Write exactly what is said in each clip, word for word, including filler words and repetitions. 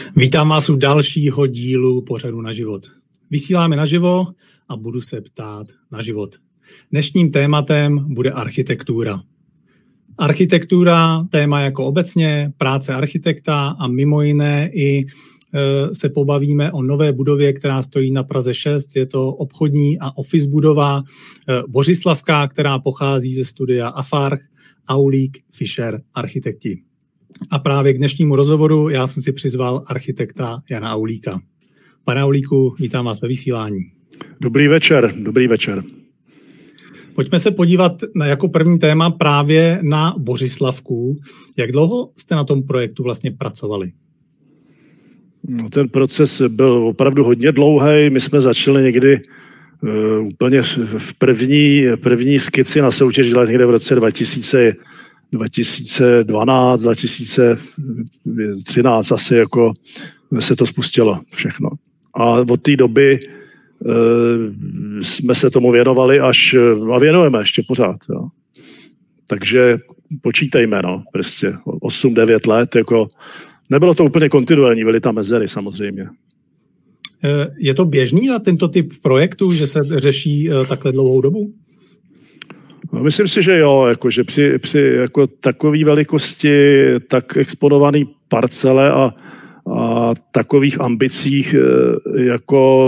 Vítám vás u dalšího dílu pořadu Na život. Vysíláme naživo a budu se ptát na život. Dnešním tématem bude architektura. Architektura, téma jako obecně, práce architekta a mimo jiné i e, se pobavíme o nové budově, která stojí na Praze šest. Je to obchodní a office budova e, Bořislavka, která pochází ze studia Afarch, Aulík, Fischer, architekti. A právě k dnešnímu rozhovoru já jsem si přizval architekta Jana Aulíka. Pane Aulíku, vítám vás ve vysílání. Dobrý večer, dobrý večer. Pojďme se podívat na, jako první téma právě na Bořislavku. Jak dlouho jste na tom projektu vlastně pracovali? No, ten proces byl opravdu hodně dlouhý. My jsme začali někdy uh, úplně v první, první skici na soutěž dělat někde v roce dva tisíce dvanáct, dva tisíce třináct asi jako se to spustilo všechno. A od té doby e, jsme se tomu věnovali až a věnujeme ještě pořád. Jo. Takže počítejme, no, prostě osm devět let, jako nebylo to úplně kontinuální, byly tam mezery samozřejmě. Je to běžný na tento typ projektu, že se řeší takhle dlouhou dobu? No, myslím si, že jo, jako, že při, při jako takové velikosti, tak exponované parcele a, a takových ambicích jako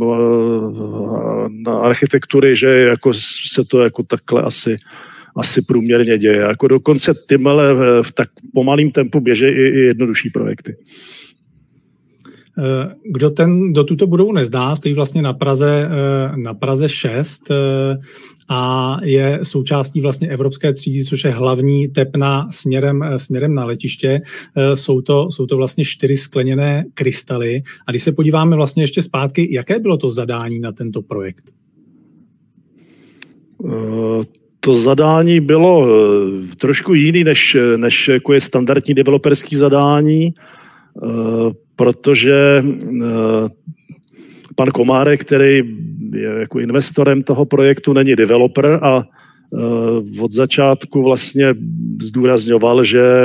na architektury, že jako se to jako takhle asi, asi průměrně děje. Jako dokonce tyhle v tak pomalým tempu běží i, i jednodušší projekty. Kdo, ten, kdo tuto budovu nezná, stojí vlastně na Praze, na Praze šest a je součástí vlastně evropské třídy, což je hlavní tepna směrem, směrem na letiště. Jsou to, jsou to vlastně čtyři skleněné krystaly. A když se podíváme vlastně ještě zpátky, jaké bylo to zadání na tento projekt? To zadání bylo trošku jiný, než, než jako je standardní developerský zadání, protože pan Komárek, který je jako investorem toho projektu, není developer a od začátku vlastně zdůrazňoval, že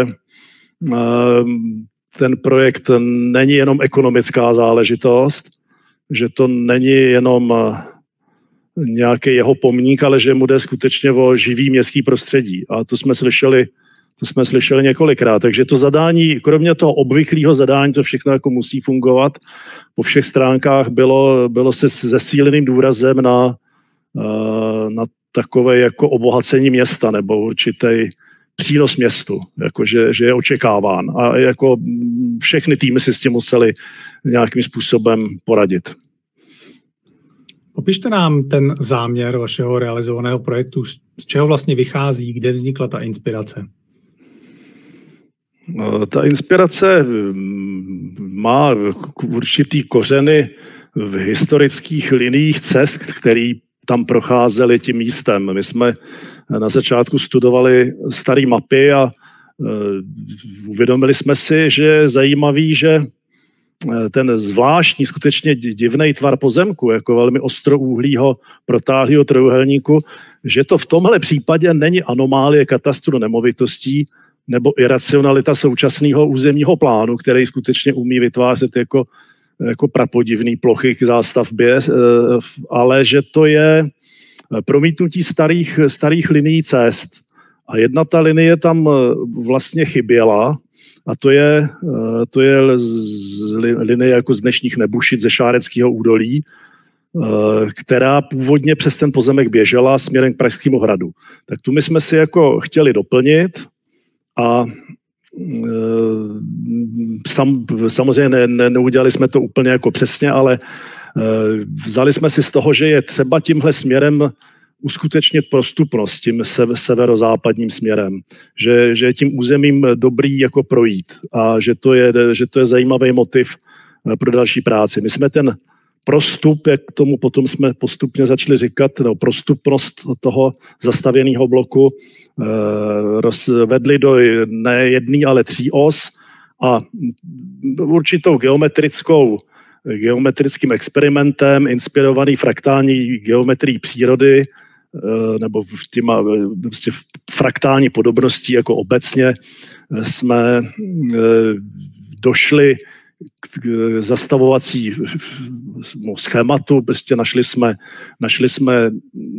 ten projekt není jenom ekonomická záležitost, že to není jenom nějaký jeho pomník, ale že mu jde skutečně o živý městský prostředí. A to jsme slyšeli To jsme slyšeli několikrát, takže to zadání, kromě toho obvyklého zadání, to všechno jako musí fungovat. Po všech stránkách bylo, bylo se zesíleným důrazem na, na takové jako obohacení města nebo určitý přínos městu, jako že, že je očekáván. A jako všechny týmy si s tím museli nějakým způsobem poradit. Popište nám ten záměr vašeho realizovaného projektu, z čeho vlastně vychází, kde vznikla ta inspirace? Ta inspirace má určitý kořeny v historických liniích cest, které tam procházely tím místem. My jsme na začátku studovali staré mapy a uvědomili jsme si, že je zajímavý, že ten zvláštní, skutečně divný tvar pozemku, jako velmi ostrouhlýho protáhlého trojúhelníku, že to v tomhle případě není anomálie katastru nemovitostí, nebo iracionalita současného územního plánu, který skutečně umí vytvářet jako, jako prapodivný plochy k zástavbě, ale že to je promítnutí starých, starých linií cest. A jedna ta linie tam vlastně chyběla, a to je, to je z, linie jako z dnešních Nebušic, ze Šáreckého údolí, která původně přes ten pozemek běžela směrem k Pražskému hradu. Tak tu my jsme si jako chtěli doplnit, a sam, samozřejmě ne, ne, neudělali jsme to úplně jako přesně, ale vzali jsme si z toho, že je třeba tímhle směrem uskutečnit prostupnost tím severozápadním směrem, že, že je tím územím dobrý jako projít a že to je, že to je zajímavý motiv pro další práci. My jsme ten prostup, jak tomu potom jsme postupně začali říkat, no, prostupnost toho zastavěného bloku eh, rozvedli do ne jedný, ale tří os a určitou geometrickou, geometrickým experimentem inspirovaný fraktální geometrií přírody eh, nebo těma prostě fraktální podobností jako obecně jsme eh, došli k zastavovací schématu, prostě našli jsme, našli jsme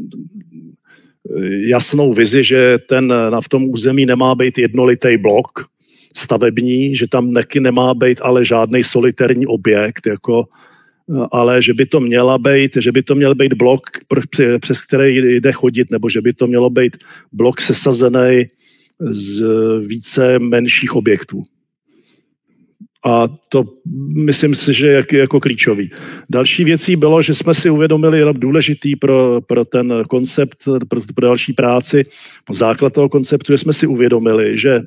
jasnou vizi, že ten, v tom území nemá být jednolitý blok stavební, že tam neky nemá být ale žádný solitérní objekt, jako, ale že by to měla být, že by to měl být blok, přes který jde chodit, nebo že by to mělo být blok sesazený z více menších objektů. A to myslím si, že je jako klíčový. Další věcí bylo, že jsme si uvědomili jenom důležitý pro, pro ten koncept, pro, pro další práci, po základ toho konceptu, že jsme si uvědomili, že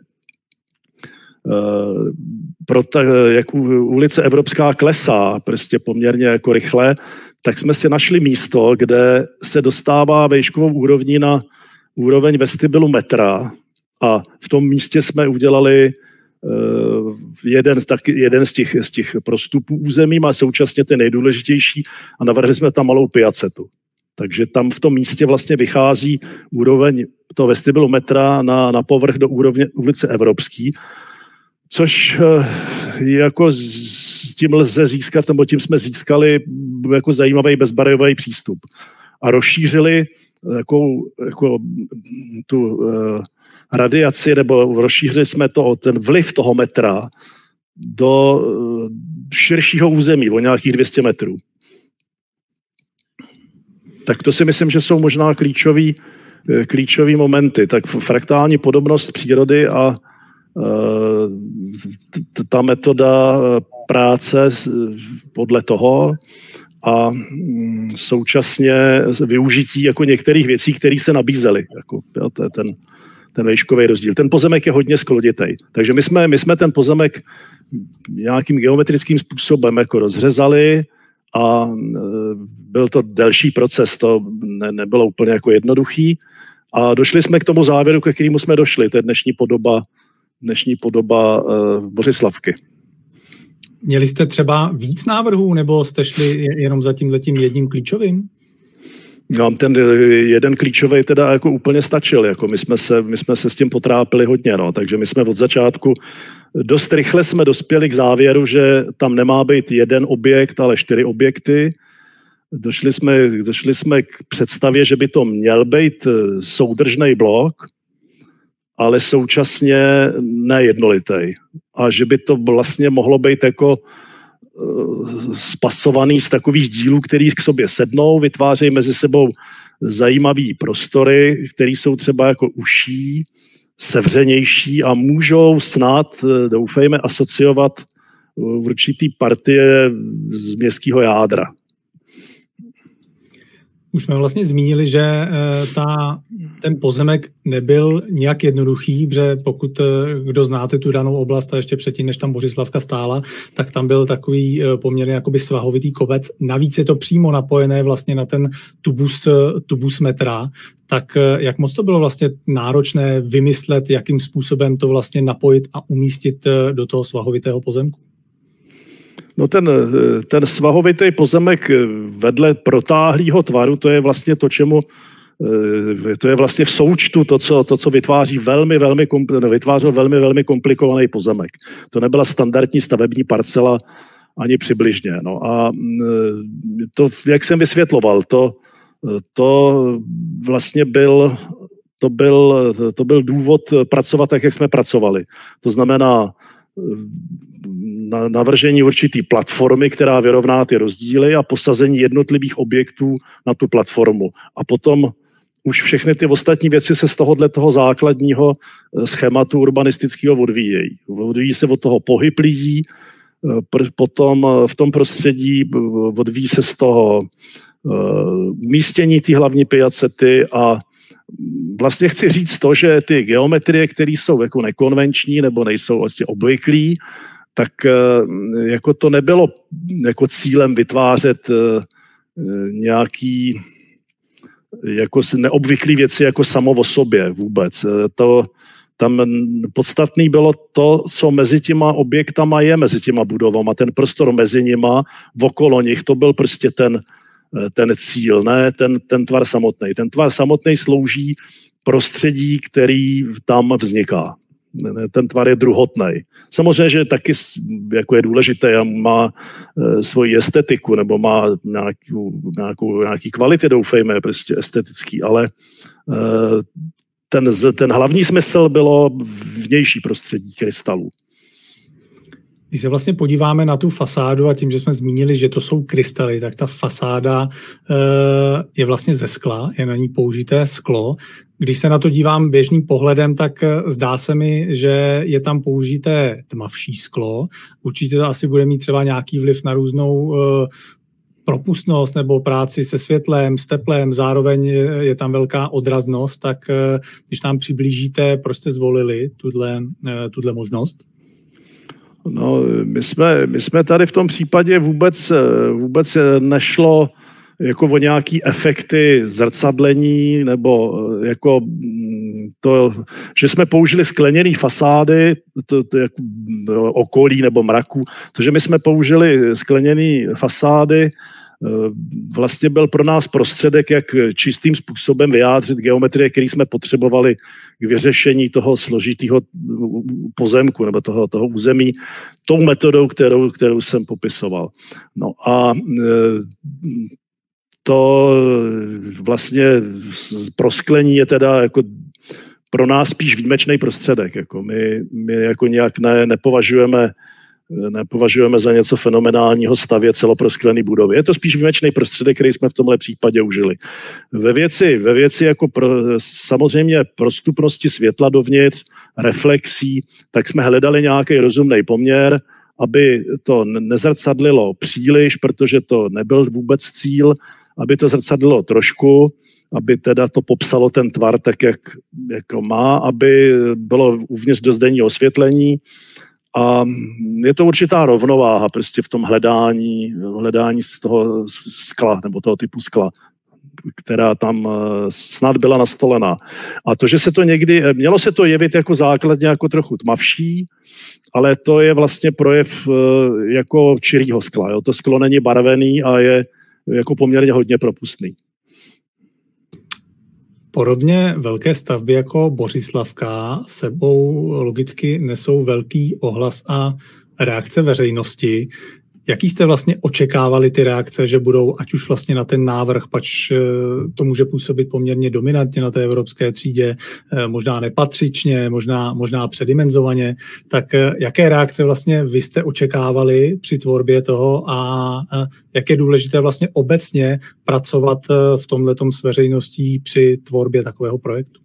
uh, pro ta, jak ulice Evropská klesá prostě poměrně jako rychle, tak jsme si našli místo, kde se dostává výškovou úrovní na úroveň vestibylu metra a v tom místě jsme udělali jeden z, taky, jeden z, těch, z těch prostupů území a současně ten nejdůležitější a navrhli jsme tam malou piacetu. Takže tam v tom místě vlastně vychází úroveň toho vestibylu metra na, na povrch do úrovně ulice Evropský, což jako s tím lze získat, nebo tím jsme získali jako zajímavý bezbariérový přístup. A rozšířili jako, jako tu radiaci, nebo rozšířili jsme to, ten vliv toho metra do širšího území, o nějakých dvě stě metrů. Tak to si myslím, že jsou možná klíčový, klíčový momenty. Tak fraktální podobnost přírody a ta metoda práce podle toho a současně využití jako některých věcí, které se nabízely. Jako, ten, ten výškový rozdíl. Ten pozemek je hodně skloditej. Takže my jsme, my jsme ten pozemek nějakým geometrickým způsobem jako rozřezali a byl to delší proces, to ne, nebylo úplně jako jednoduchý. A došli jsme k tomu závěru, ke kterému jsme došli. To je dnešní podoba, dnešní podoba uh, Bořislavky. Měli jste třeba víc návrhů, nebo jste šli jenom za tímhletím jedním klíčovým? No, ten jeden klíčový teda jako úplně stačil. Jako my, jsme se, my jsme se s tím potrápili hodně. No. Takže my jsme od začátku dost rychle jsme dospěli k závěru, že tam nemá být jeden objekt, ale čtyři objekty. Došli jsme, došli jsme k představě, že by to měl být soudržný blok, ale současně nejednolitý. A že by to vlastně mohlo být jako spasovaný z takových dílů, který k sobě sednou, vytvářejí mezi sebou zajímavý prostory, které jsou třeba jako užší, sevřenější a můžou snad, doufejme, asociovat určitý partie z městského jádra. Už jsme vlastně zmínili, že ta, ten pozemek nebyl nějak jednoduchý, protože pokud kdo znáte tu danou oblast a ještě předtím, než tam Bořislavka stála, tak tam byl takový poměrně jakoby svahovitý kopec. Navíc je to přímo napojené vlastně na ten tubus, tubus metra. Tak jak moc to bylo vlastně náročné vymyslet, jakým způsobem to vlastně napojit a umístit do toho svahovitého pozemku? No ten, ten svahovitý pozemek vedle protáhlého tvaru, to je vlastně to, čemu, to je vlastně v součtu to, co, to, co vytváří velmi, velmi, vytvářel velmi, velmi komplikovaný pozemek. To nebyla standardní stavební parcela ani přibližně. No a to, jak jsem vysvětloval, to, to vlastně byl, to byl, to byl důvod pracovat tak, jak jsme pracovali. To znamená na navržení určitý platformy, která vyrovná ty rozdíly a posazení jednotlivých objektů na tu platformu. A potom už všechny ty ostatní věci se z tohohle toho základního schématu urbanistického odvíjejí. Odvíjí se od toho pohyb lidí, potom v tom prostředí odvíjí se z toho umístění té hlavní piacety a vlastně chci říct to, že ty geometrie, které jsou jako nekonvenční nebo nejsou vlastně obvyklý, tak jako to nebylo jako cílem vytvářet nějaký jako neobvyklý věci jako samo o sobě vůbec. To, tam podstatný bylo to, co mezi těma objektama je, mezi těma budovama, ten prostor mezi nima, okolo nich, to byl prostě ten, ten cíl, ne ten, ten tvar samotný. Ten tvar samotný slouží prostředí, který tam vzniká. ten tvar je druhotnej. Samozřejmě, že taky jako je důležité a má e, svoji estetiku nebo má nějakou, nějakou, nějaký kvality, doufejme, prostě estetický, ale e, ten, ten hlavní smysl bylo vnější prostředí krystalů. Když se vlastně podíváme na tu fasádu a tím, že jsme zmínili, že to jsou krystaly, tak ta fasáda e, je vlastně ze skla, je na ní použité sklo. Když se na to dívám běžným pohledem, tak zdá se mi, že je tam použité tmavší sklo. Určitě to asi bude mít třeba nějaký vliv na různou e, propustnost nebo práci se světlem, s teplem, zároveň je tam velká odraznost, tak e, když tam přiblížíte, proč jste zvolili tuhle, e, tuhle možnost? No, my jsme, my jsme tady v tom případě vůbec, vůbec nešlo jako o nějaký efekty zrcadlení nebo jako to, že jsme použili skleněné fasády, to, to jako okolí nebo mraku, to, že my jsme použili skleněné fasády, vlastně byl pro nás prostředek, jak čistým způsobem vyjádřit geometrie, který jsme potřebovali k vyřešení toho složitého pozemku nebo toho, toho území tou metodou, kterou, kterou jsem popisoval. No a to vlastně prosklení je teda jako pro nás spíš výjimečný prostředek. Jako my, my jako nějak ne, nepovažujeme nepovažujeme za něco fenomenálního stavět celoprosklený budovy. Je to spíš výjimečný prostředek, který jsme v tomhle případě užili. Ve věci, ve věci jako pro, samozřejmě prostupnosti světla dovnitř, reflexí, tak jsme hledali nějaký rozumný poměr, aby to nezrcadlilo příliš, protože to nebyl vůbec cíl, aby to zrcadlilo trošku, aby teda to popsalo ten tvar tak, jak jako má, aby bylo uvnitř dost denního osvětlení. A je to určitá rovnováha prostě v tom hledání, hledání z toho skla nebo toho typu skla, která tam snad byla nastolená. A to, že se to někdy, mělo se to jevit jako základně jako trochu tmavší, ale to je vlastně projev jako čirýho skla. Jo? To sklo není barvený a je jako poměrně hodně propustný. Podobně velké stavby jako Bořislavka sebou logicky nesou velký ohlas a reakce veřejnosti. Jaký jste vlastně očekávali ty reakce, že budou, ať už vlastně na ten návrh, pač to může působit poměrně dominantně na té evropské třídě, možná nepatřičně, možná, možná předimenzovaně, tak jaké reakce vlastně vy jste očekávali při tvorbě toho a jak je důležité vlastně obecně pracovat v tomhletom s veřejností při tvorbě takového projektu?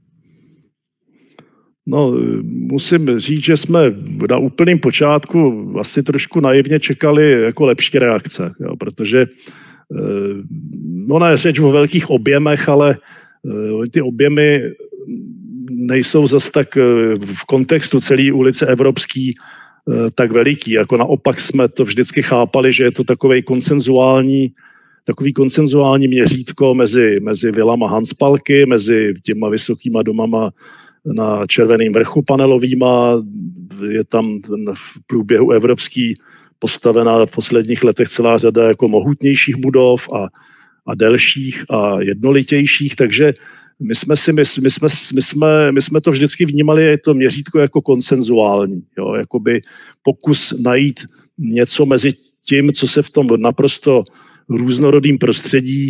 No, musím říct, že jsme na úplném počátku asi trošku naivně čekali jako lepší reakce, jo, protože no ne řeč o velkých objemech, ale ty objemy nejsou zas tak v kontextu celé ulice Evropský tak veliký, jako naopak jsme to vždycky chápali, že je to takovej konsenzuální takový konsenzuální měřítko mezi, mezi vilama Hanspalky, mezi těma vysokýma domama na Červeném vrchu panelovýma, je tam v průběhu evropský postavená v posledních letech celá řada jako mohutnějších budov a, a delších a jednolitějších, takže my jsme, si, my, my, jsme, my, jsme, my jsme to vždycky vnímali, je to měřítko jako konsenzuální, jo, jakoby pokus najít něco mezi tím, co se v tom naprosto různorodým prostředí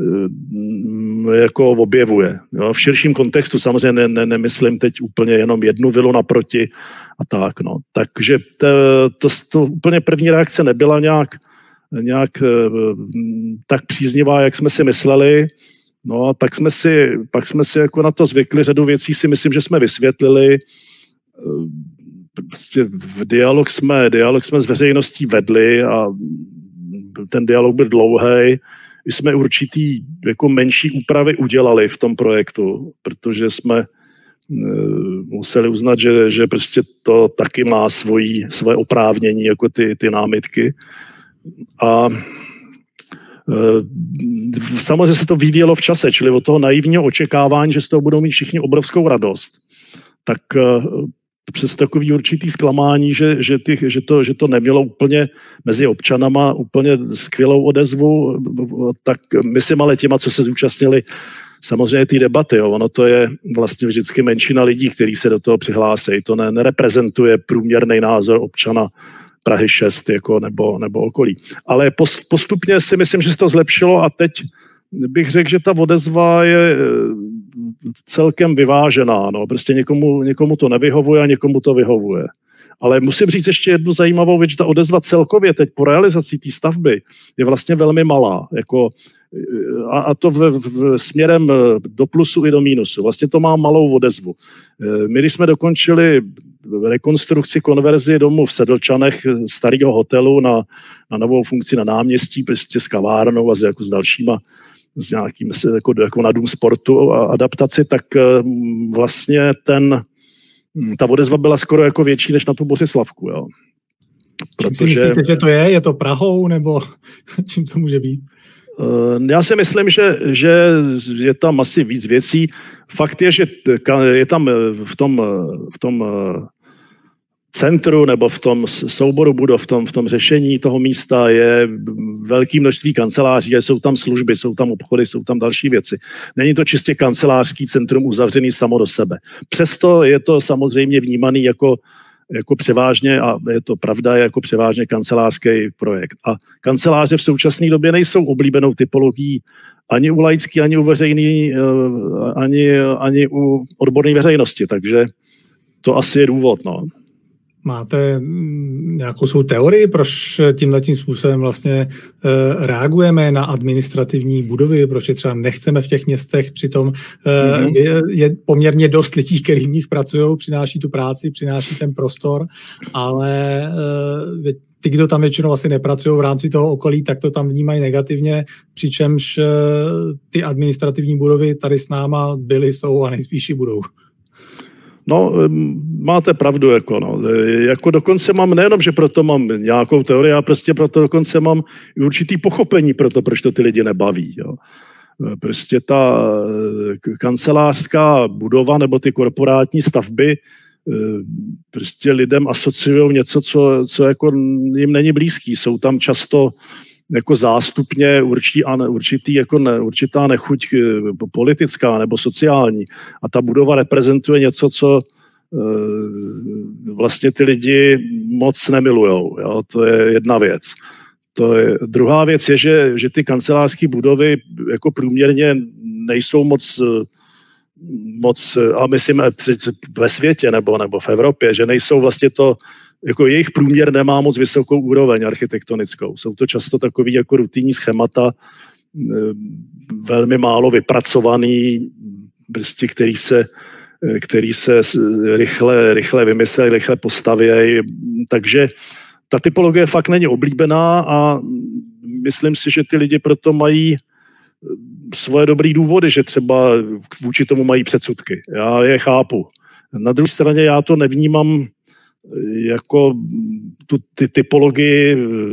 jako objevuje. Jo, v širším kontextu samozřejmě ne, ne, nemyslím teď úplně jenom jednu vilu naproti a tak. No. Takže to, to, to úplně první reakce nebyla nějak, nějak tak příznivá, jak jsme si mysleli. No a pak jsme si, pak jsme si jako na to zvykli, řadu věcí si myslím, že jsme vysvětlili. Prostě v dialog jsme, dialog jsme s veřejností vedli a ten dialog byl dlouhý. My jsme určitý jako menší úpravy udělali v tom projektu, protože jsme museli uznat, že, že prostě to taky má svojí, svoje oprávnění, jako ty, ty námitky. A samozřejmě se to vyvíjelo v čase, čili od toho naivního očekávání, že z toho budou mít všichni obrovskou radost, tak přes takový určitý zklamání, že, že, ty, že, to, že to nemělo úplně mezi občanama úplně skvělou odezvu, tak my si ale těma, co se zúčastnili, samozřejmě ty debaty, jo, ono to je vlastně vždycky menšina lidí, kteří se do toho přihlásí. To ne, nereprezentuje průměrný názor občana Prahy šest jako, nebo, nebo okolí. Ale postupně si myslím, že se to zlepšilo a teď bych řekl, že ta odezva je celkem vyvážená. No. Prostě někomu, někomu to nevyhovuje a někomu to vyhovuje. Ale musím říct ještě jednu zajímavou věc, že ta odezva celkově teď po realizaci té stavby je vlastně velmi malá. Jako, a, a to v, v, směrem do plusu i do mínusu. Vlastně to má malou odezvu. My, když jsme dokončili rekonstrukci, konverzi domu v Sedlčanech, starého hotelu na, na novou funkci na náměstí, prostě s kavárnou a s, jako s dalšíma, s nějakým jako, jako na dům sportu a adaptaci, tak vlastně ten ta odezva byla skoro jako větší než na tu Bořislavku. Jo. Protože... Čím si myslíte, že to je? Je to Prahou nebo čím to může být? Já si myslím, že, že je tam asi víc věcí. Fakt je, že je tam v tom, v tom centru nebo v tom souboru budov, v tom, v tom řešení toho místa je velké množství kanceláří, jsou tam služby, jsou tam obchody, jsou tam další věci. Není to čistě kancelářský centrum uzavřený samo do sebe. Přesto je to samozřejmě vnímaný jako, jako převážně, a je to pravda, jako převážně kancelářský projekt. A kanceláře v současné době nejsou oblíbenou typologií ani u laický, ani u veřejný, ani, ani u odborné veřejnosti, takže to asi je důvod, no. Máte nějakou svou teorii, proč tímhletím způsobem vlastně reagujeme na administrativní budovy, proč je třeba nechceme v těch městech, přitom mm-hmm. je, je poměrně dost lidí, kteří v nich pracují, přináší tu práci, přináší ten prostor, ale ty, kdo tam většinou asi nepracují v rámci toho okolí, tak to tam vnímají negativně, přičemž ty administrativní budovy tady s náma byly, jsou a nejspíš budou. No, máte pravdu, jako, no. Jako dokonce mám, nejenom, že proto mám nějakou teorii, já prostě proto dokonce mám určitý pochopení pro to, proč to ty lidi nebaví, jo. Prostě ta kancelářská budova nebo ty korporátní stavby prostě lidem asociují něco, co, co jako jim není blízký. Jsou tam často jako zástupně určitý, určitý, jako ne, určitá nechuť politická nebo sociální. A ta budova reprezentuje něco, co e, vlastně ty lidi moc nemilujou. Jo? To je jedna věc. To je, druhá věc je, že, že ty kancelářské budovy jako průměrně nejsou moc, moc a myslím ve světě nebo, nebo v Evropě, že nejsou vlastně to jako jejich průměr nemá moc vysokou úroveň architektonickou. Jsou to často takový jako rutinní schémata, velmi málo vypracovaný, prostě, který se, který se rychle, rychle vymyslí, rychle postavějí. Takže ta typologie fakt není oblíbená a myslím si, že ty lidi proto mají svoje dobrý důvody, že třeba vůči tomu mají předsudky. Já je chápu. Na druhé straně já to nevnímám jako tu ty typologii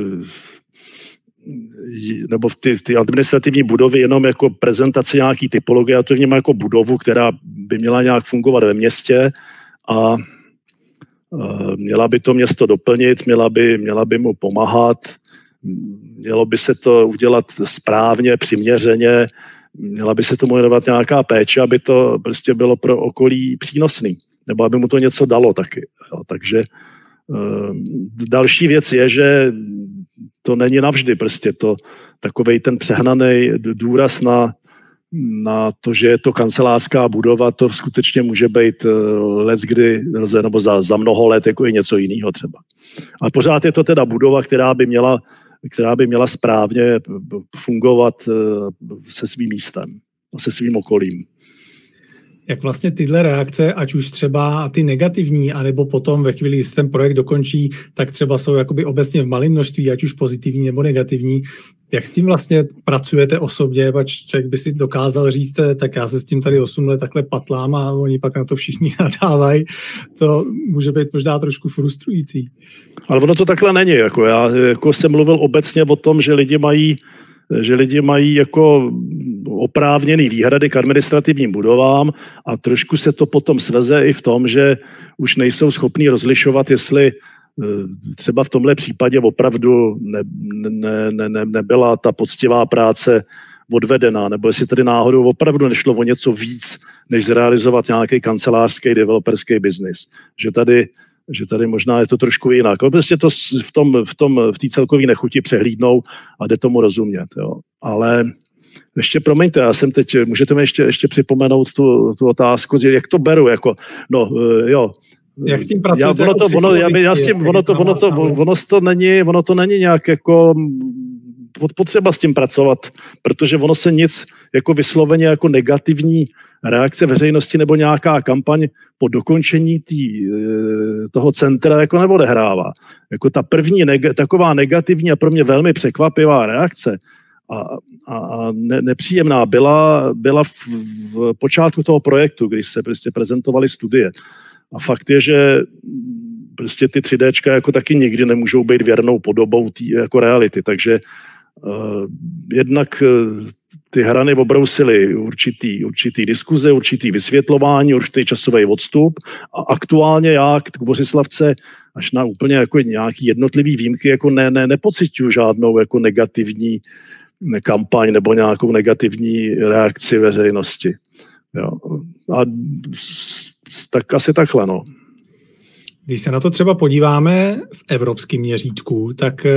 nebo ty, ty administrativní budovy jenom jako prezentaci nějaký typologie, já to vnímám jako budovu, která by měla nějak fungovat ve městě a měla by to město doplnit, měla by, měla by mu pomáhat, mělo by se to udělat správně, přiměřeně, měla by se tomu věnovat nějaká péče, aby to prostě bylo pro okolí přínosný, nebo aby mu to něco dalo taky. Jo, takže uh, další věc je, že to není navždy prostě to takovej ten přehnaný důraz na, na to, že je to kancelářská budova, to skutečně může být uh, leckdy, nebo za, za mnoho let jako i něco jiného třeba. Ale pořád je to teda budova, která by měla která by měla správně fungovat se svým místem a se svým okolím. Jak vlastně tyhle reakce, ať už třeba ty negativní, anebo potom ve chvíli, kdy se ten projekt dokončí, tak třeba jsou jakoby obecně v malém množství, ať už pozitivní nebo negativní. Jak s tím vlastně pracujete osobně, pač člověk by si dokázal říct, tak já se s tím tady osm let takhle patlám a oni pak na to všichni nadávají. To může být možná trošku frustrující. Ale ono to takhle není. Jako já jako jsem mluvil obecně o tom, že lidi mají že lidi mají jako oprávněný výhrady k administrativním budovám a trošku se to potom sveze i v tom, že už nejsou schopní rozlišovat, jestli třeba v tomhle případě opravdu ne, ne, ne, ne, nebyla ta poctivá práce odvedená, nebo jestli tady náhodou opravdu nešlo o něco víc, než zrealizovat nějaký kancelářský developerský biznis. Že tady, že tady možná je to trošku jinak. Ale prostě to v tom, v tom, v té celkové nechuti přehlídnou a jde tomu rozumět. Jo. Ale ještě promiňte, já jsem teď, můžete mi ještě, ještě připomenout tu, tu otázku, jak to beru, jako, no jo, jak s tím pracujete? Já, ono to, ono, já, já s tím, ono to, ono to, ono to není, ono to není nějak jako potřeba s tím pracovat, protože ono se nic jako vysloveně jako negativní reakce veřejnosti nebo nějaká kampaň po dokončení tý, toho centra jako neodehrává. Jako ta první neg- taková negativní a pro mě velmi překvapivá reakce a, a, a ne, nepříjemná byla, byla v, v počátku toho projektu, když se prostě prezentovaly studie. A fakt je, že prostě ty tři déčka jako taky nikdy nemůžou být věrnou podobou tý, jako reality, takže uh, jednak uh, ty hrany obrousily určitý, určitý diskuze, určitý vysvětlování, určitý časový odstup a aktuálně já k Bořislavce až na úplně jako nějaký jednotlivý výjimky jako ne, ne, nepociťuju žádnou jako negativní kampaň nebo nějakou negativní reakci veřejnosti. Jo. A tak asi takhle, no. Když se na to třeba podíváme v evropském měřítku, tak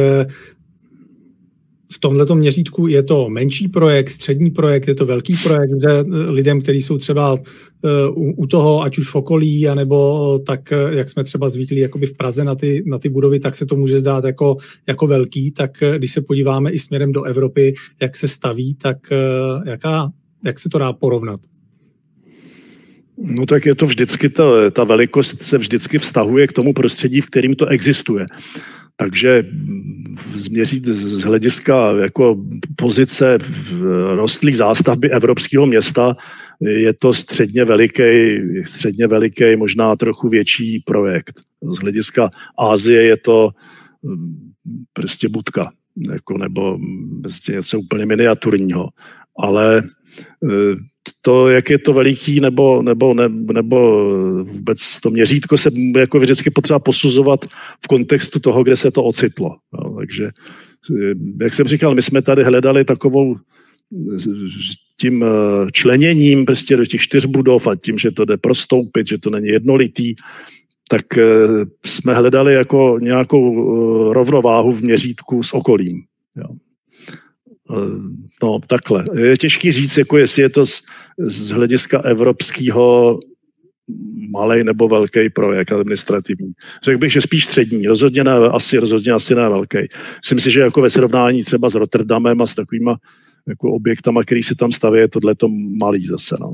v tomhleto měřítku je to menší projekt, střední projekt, je to velký projekt, kde lidem, kteří jsou třeba u toho, ať už v okolí, anebo tak, jak jsme třeba zvyklí jakoby v Praze na ty, na ty budovy, tak se to může zdát jako, jako velký, tak když se podíváme i směrem do Evropy, jak se staví, tak jaká, jak se to dá porovnat? No tak je to vždycky, ta, ta velikost se vždycky vztahuje k tomu prostředí, v kterým to existuje. Takže změřit z hlediska jako pozice rostlých zástavby evropského města je to středně veliký, středně veliký, možná trochu větší projekt. Z hlediska Asie je to prostě budka, jako, nebo prostě něco úplně miniaturního. Ale to, jak je to veliký, nebo, nebo, ne, nebo vůbec to měřítko se jako vždycky potřeba posuzovat v kontextu toho, kde se to ocitlo. No, takže, jak jsem říkal, my jsme tady hledali takovou tím členěním prostě do těch čtyř budov a tím, že to jde prostoupit, že to není jednolitý, tak jsme hledali jako nějakou rovnováhu v měřítku s okolím. Jo. No, takhle. Je těžký říct, jako jestli je to z, z hlediska evropského malej nebo velký projekt administrativní. Řekl bych, že spíš střední. Rozhodně ne, asi, rozhodně asi ne velký. Myslím si, že jako ve srovnání třeba s Rotterdamem a s takovýma jako objektama, který se tam staví, je tohleto malý zase. No.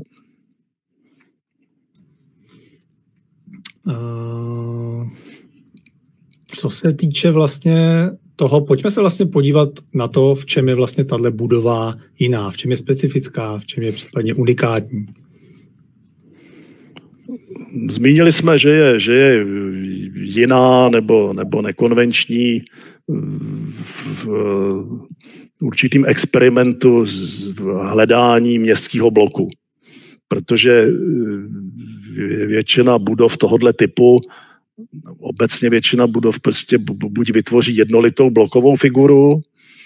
Uh, co se týče vlastně toho, pojďme se vlastně podívat na to, v čem je vlastně tahle budova jiná, v čem je specifická, v čem je případně unikátní. Zmínili jsme, že je, že je jiná nebo, nebo nekonvenční v určitým experimentu z hledání městského bloku. Protože většina budov tohoto typu, obecně většina budov prostě buď vytvoří jednolitou blokovou figuru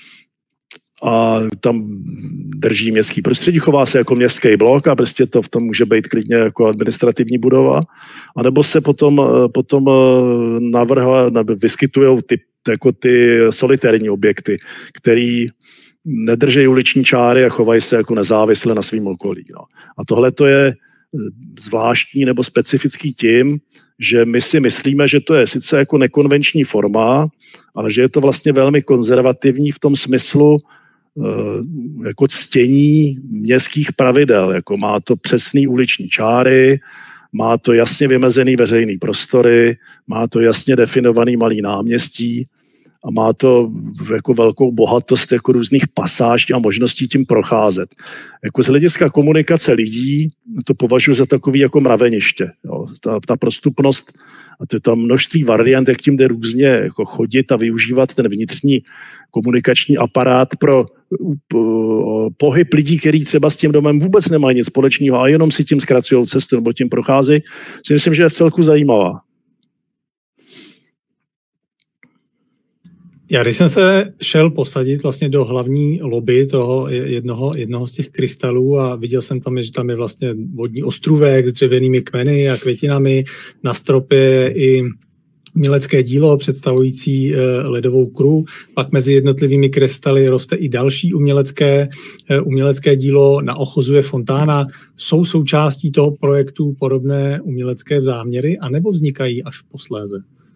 a tam drží městský prostředí, chová se jako městský blok a prostě to v tom může být klidně jako administrativní budova. A nebo se potom, potom navrhla, vyskytují ty, jako ty solitérní objekty, který nedrží uliční čáry a chovají se jako nezávisle na svým okolí. No. A tohle to je zvláštní nebo specifický tím, že my si myslíme, že to je sice jako nekonvenční forma, ale že je to vlastně velmi konzervativní v tom smyslu jako ctění městských pravidel. Jako má to přesný uliční čáry, má to jasně vymezený veřejný prostory, má to jasně definovaný malý náměstí a má to jako velkou bohatost jako různých pasáží a možností tím procházet. Jako z hlediska komunikace lidí to považuji za takový jako mraveniště. Jo. Ta, ta prostupnost a to je tam množství variant, jak tím jde různě jako chodit a využívat ten vnitřní komunikační aparát pro pohyb lidí, který třeba s tím domem vůbec nemají nic společného a jenom si tím zkracují cestu nebo tím procházejí, si myslím, že je v celku zajímavá. Já když jsem se šel posadit vlastně do hlavní lobby toho jednoho, jednoho z těch krystalů a viděl jsem tam, že tam je vlastně vodní ostrůvek s dřevěnými kmeny a květinami, na stropě i umělecké dílo představující ledovou kru, pak mezi jednotlivými krystaly roste i další umělecké, umělecké dílo, na ochozu je fontána. Jsou součástí toho projektu podobné umělecké záměry, anebo vznikají až posléze?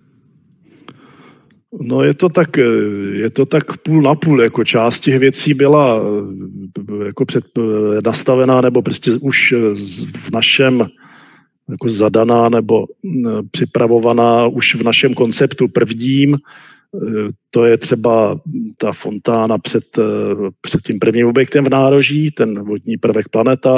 No je to tak, je to tak půl na půl, jako část těch věcí byla jako před, nastavená nebo prostě už v našem jako zadaná nebo připravovaná už v našem konceptu prvním. To je třeba ta fontána před, před tím prvním objektem v nároží, ten vodní prvek Planeta.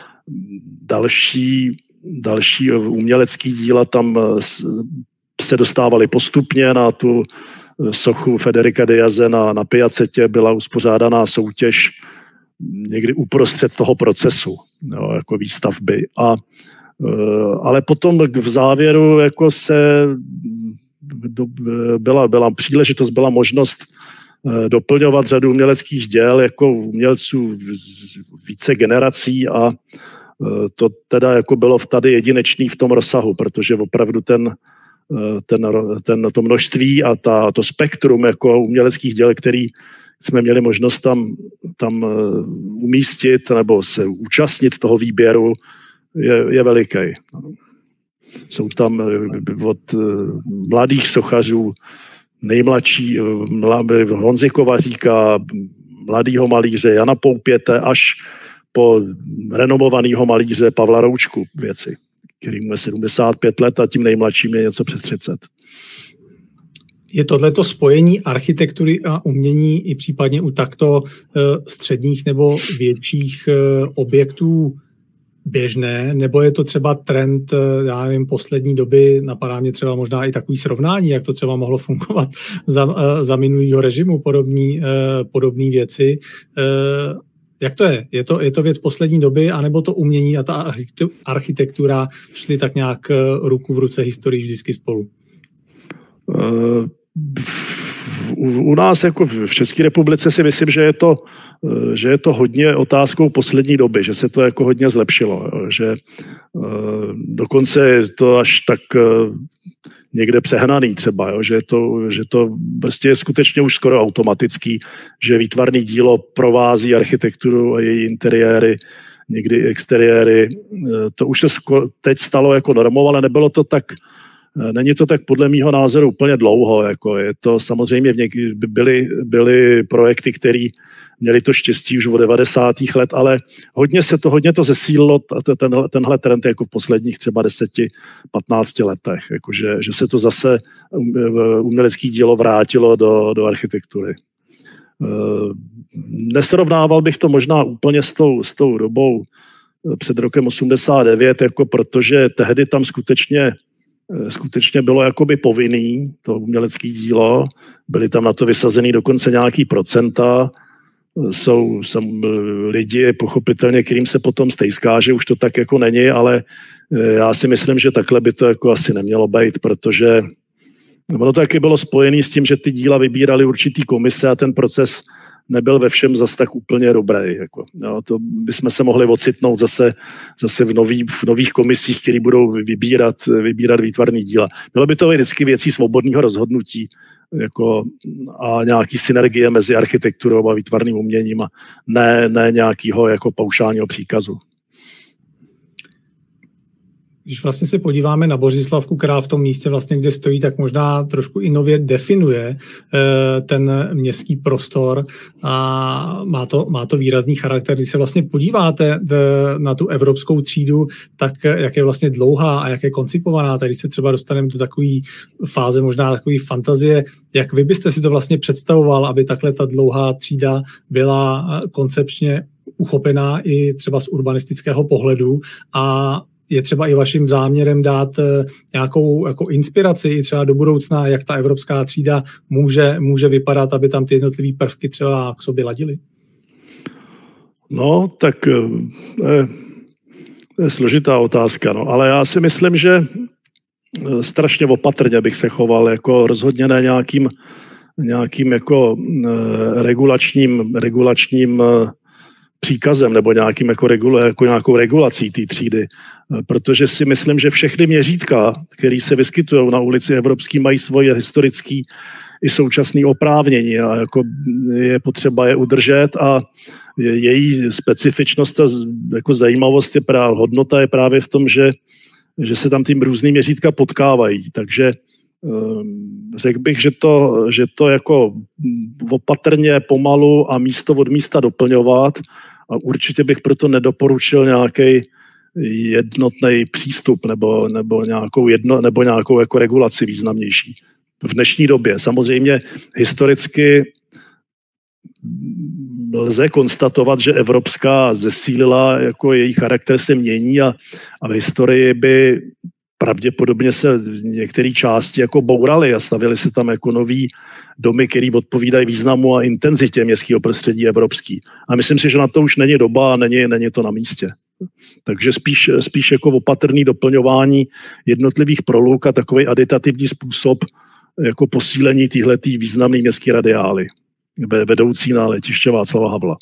Další, další umělecký díla tam se dostávaly postupně na tu sochu Federica Diaze na, na Piacetě, byla uspořádaná soutěž někdy uprostřed toho procesu, jo, jako výstavby. A, ale potom v závěru jako se do, byla, byla příležitost, byla možnost doplňovat řadu uměleckých děl jako umělců více generací a to teda jako bylo tady jedinečný v tom rozsahu, protože opravdu ten Ten, ten, to množství a ta, to spektrum jako uměleckých děl, který jsme měli možnost tam, tam umístit nebo se účastnit toho výběru, je, je veliký. Jsou tam od mladých sochařů, nejmladší Honzy Kovaříka, mladýho malíře Jana Poupěte, až po renomovaného malíře Pavla Roučku věci, kterým je sedmdesát pět let a tím nejmladším je něco přes třicet. Je tohleto spojení architektury a umění i případně u takto středních nebo větších objektů běžné, nebo je to třeba trend, já nevím, poslední doby, napadá mě třeba možná i takový srovnání, jak to třeba mohlo fungovat za, za minulýho režimu, podobný, podobný věci. Jak to je? Je to, je to věc poslední doby, anebo to umění a ta architektura šly tak nějak ruku v ruce historii vždycky spolu? Uh, u, u nás jako v České republice si myslím, že je to, že je to hodně otázkou poslední doby, že se to jako hodně zlepšilo, že uh, dokonce je to až tak uh, někde přehnaný třeba, jo, že, to, že to prostě je skutečně už skoro automatický, že výtvarné dílo provází architekturu a její interiéry, někdy exteriéry. To už se teď stalo jako normou, ale nebylo to tak, není to tak podle mýho názoru úplně dlouho. Jako je to samozřejmě v něk- byly, byly projekty, které měli to štěstí už od devadesátých let, ale hodně se to, hodně to zesílilo, ten, tenhle trend jako v posledních třeba deseti patnácti letech, jakože, že se to zase umělecké dílo vrátilo do, do architektury. Nesrovnával bych to možná úplně s tou, s tou dobou před rokem osmdesát devět, jako protože tehdy tam skutečně skutečně bylo jakoby povinný to umělecké dílo, byly tam na to vysazený dokonce nějaký procenta. Jsou, jsou lidi, pochopitelně, kterým se potom stejská, že už to tak jako není, ale já si myslím, že takhle by to jako asi nemělo být, protože ono to taky bylo spojené s tím, že ty díla vybírali určitý komise a ten proces nebyl ve všem zas tak úplně dobrý. Jako, jo, to bychom se mohli ocitnout zase, zase v, nový, v nových komisích, které budou vybírat, vybírat výtvarný díla. Bylo by to vždycky věcí svobodného rozhodnutí jako, a nějaký synergie mezi architekturou a výtvarným uměním a ne, ne nějakého jako paušálního příkazu. Když vlastně se podíváme na Bořislavku, která v tom místě vlastně, kde stojí, tak možná trošku i nově definuje ten městský prostor a má to, má to výrazný charakter. Když se vlastně podíváte na tu evropskou třídu, tak jak je vlastně dlouhá a jak je koncipovaná, tady se třeba dostaneme do takové fáze, možná takové fantazie, jak vy byste si to vlastně představoval, aby takhle ta dlouhá třída byla koncepčně uchopená i třeba z urbanistického pohledu a je třeba i vaším záměrem dát nějakou jako inspiraci i třeba do budoucna, jak ta evropská třída může, může vypadat, aby tam ty jednotlivé prvky třeba k sobě ladily? No, tak to je, to je složitá otázka, no, ale já si myslím, že strašně opatrně bych se choval, jako rozhodně ne nějakým nějakým jako regulačním, regulačním příkazem nebo nějakým jako, regula, jako nějakou regulací té třídy. Protože si myslím, že všechny měřítka, které se vyskytují na ulici Evropské, mají svoje historické i současné oprávnění a jako je potřeba je udržet a její specifičnost a jako zajímavost je právě, hodnota je právě v tom, že, že se tam tím různý měřítka potkávají. Takže řekl bych, že to, že to jako opatrně, pomalu a místo od místa doplňovat a určitě bych proto nedoporučil nějaký jednotný přístup nebo, nebo nějakou, jedno, nebo nějakou jako regulaci významnější. V dnešní době samozřejmě historicky lze konstatovat, že evropská zesílila, jako její charakter se mění a, a v historii by pravděpodobně se v některé části jako bouraly a stavily se tam jako nový domy, které odpovídají významu a intenzitě městského prostředí evropský. A myslím si, že na to už není doba a není, není to na místě. Takže spíš, spíš jako opatrný doplňování jednotlivých proluk a takový aditativní způsob jako posílení téhletý významné městské radiály vedoucí na letiště Václava Havla.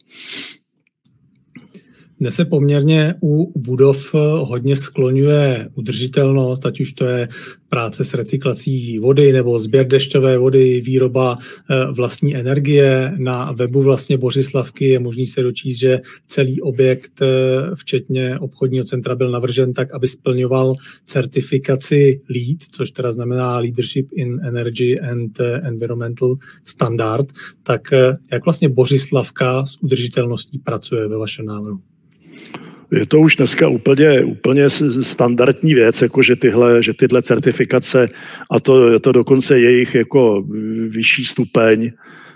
Dnes se poměrně u budov hodně skloňuje udržitelnost, ať už to je práce s recyklací vody nebo sběr dešťové vody, výroba vlastní energie. Na webu vlastně Bořislavky je možný se dočíst, že celý objekt, včetně obchodního centra, byl navržen tak, aby splňoval certifikaci LEED, což teda znamená Leadership in Energy and Environmental Standard. Tak jak vlastně Bořislavka s udržitelností pracuje ve vašem návrhu? Je to už dneska úplně, úplně standardní věc, jako že tyhle, že tyhle certifikace a to, je to dokonce jejich jako vyšší stupeň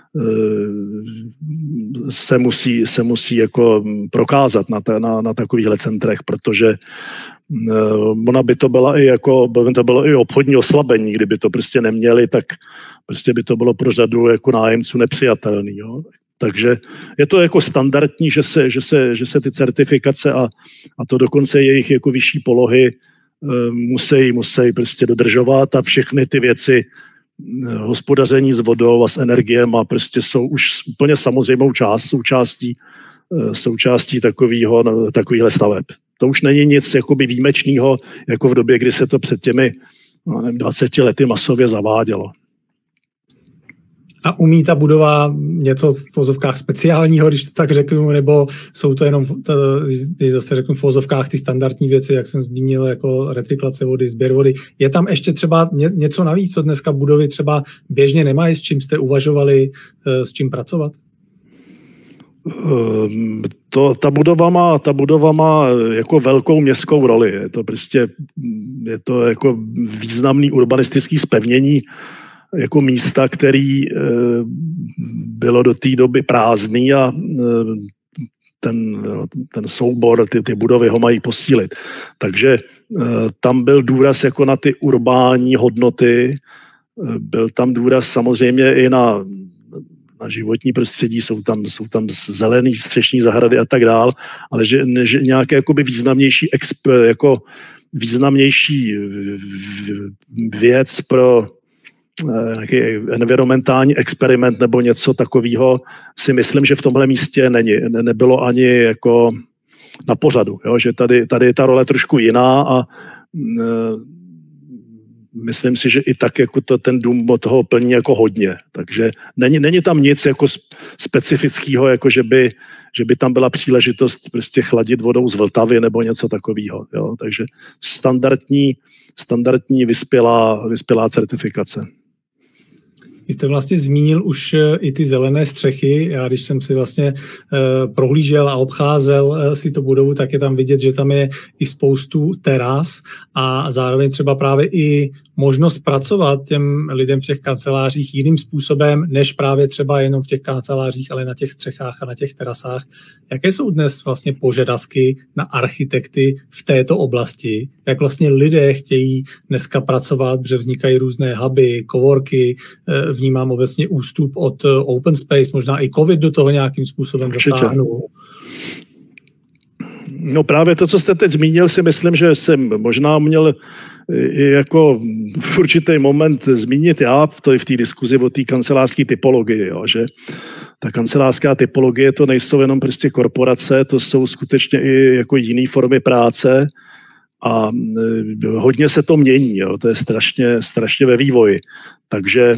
se musí, se musí jako prokázat na, ta, na, na takovýchhle centrech, protože ona by to byla i jako, by to bylo i obchodní oslabení, kdyby to prostě neměli, tak prostě by to bylo pro řadu jako nájemců nepřijatelný, jo. Takže je to jako standardní, že se, že se, že se ty certifikace a, a to dokonce jejich jako vyšší polohy e, musí, musí prostě dodržovat a všechny ty věci e, hospodaření s vodou a s energiem a prostě jsou už úplně samozřejmou část, součástí, e, součástí takovýho, no, takovýhle staveb. To už není nic jakoby výjimečného, jako v době, kdy se to před těmi no, nevím, dvaceti lety masově zavádělo. A umí ta budova něco v vozovkách speciálního, když to tak řeknu, nebo jsou to jenom, když zase řeknu v vozovkách ty standardní věci, jak jsem zmínil, jako recyklace vody, sběr vody. Je tam ještě třeba něco navíc, co dneska budovy třeba běžně nemají, s čím jste uvažovali, s čím pracovat? To, ta budova má, ta budova má jako velkou městskou roli. Je to prostě, je to jako významný urbanistický zpevnění, jako místa, který e, bylo do té doby prázdný a e, ten, ten soubor, ty, ty budovy ho mají posílit. Takže e, tam byl důraz jako na ty urbání hodnoty, e, byl tam důraz samozřejmě i na, na životní prostředí, jsou tam, jsou tam zelený střešní zahrady a tak dál, ale že, že nějaké jakoby významnější, exp, jako významnější věc pro nějaký environmentální experiment nebo něco takového si myslím, že v tomhle místě není. Nebylo ani jako na pořadu, jo? Že tady, tady je ta role trošku jiná a e, myslím si, že i tak jako to, ten dům toho plní jako hodně. Takže není, není tam nic jako specifického, jako že by, že by tam byla příležitost prostě chladit vodou z Vltavy nebo něco takového. Jo? Takže standardní, standardní vyspělá, vyspělá certifikace. Vy jste vlastně zmínil už i ty zelené střechy. Já když jsem si vlastně uh, prohlížel a obcházel uh, si to budovu, tak je tam vidět, že tam je i spoustu teras a zároveň třeba právě i možnost pracovat těm lidem v těch kancelářích jiným způsobem, než právě třeba jenom v těch kancelářích, ale na těch střechách a na těch terasách. Jaké jsou dnes vlastně požadavky na architekty v této oblasti? Jak vlastně lidé chtějí dneska pracovat, protože vznikají různé huby, coworky, vnímám obecně ústup od open space, možná i covid do toho nějakým způsobem zasáhnul. No právě to, co jste teď zmínil, si myslím, že jsem možná měl i jako v určitý moment zmínit já, to je v té diskuzi o té kancelářské typologii, jo, že ta kancelářská typologie to nejsou jenom prostě korporace, to jsou skutečně i jako jiné formy práce a hodně se to mění, jo, to je strašně, strašně ve vývoji. Takže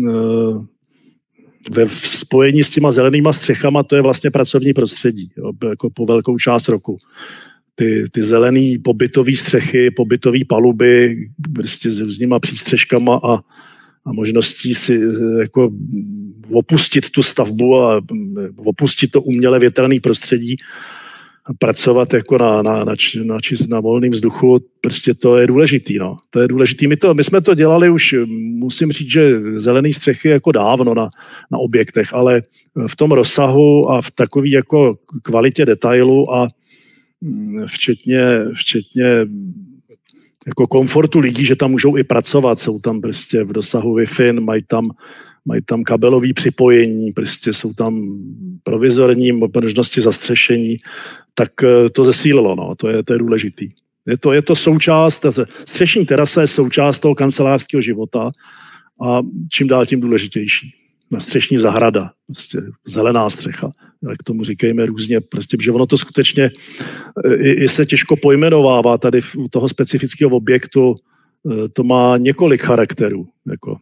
ve spojení s těma zelenýma střechama to je vlastně pracovní prostředí, jo, jako po velkou část roku. Ty, ty zelený pobytový střechy, pobytový paluby, prostě s různýma přístřeškama a, a možností si jako opustit tu stavbu a opustit to uměle větrané prostředí a pracovat jako na, na, na, na, na volném vzduchu, prostě to je důležitý. No. To je důležitý. My, to, my jsme to dělali už, musím říct, že zelený střechy jako dávno na, na objektech, ale v tom rozsahu a v takové jako kvalitě detailu a včetně, včetně jako komfortu lidí, že tam můžou i pracovat, jsou tam prostě v dosahu Wi-Fi, mají tam, mají tam kabelový připojení, prostě jsou tam provizorní možnosti zastřešení, tak to zesílilo, no, to je, to je důležitý. Je to, je to součást, střešní terasa je součást toho kancelářského života a čím dál tím důležitější. Střešní zahrada, prostě zelená střecha, jak tomu říkejme různě, prostě, že ono to skutečně i, i se těžko pojmenovává tady u toho specifického objektu, to má několik charakterů. Jako.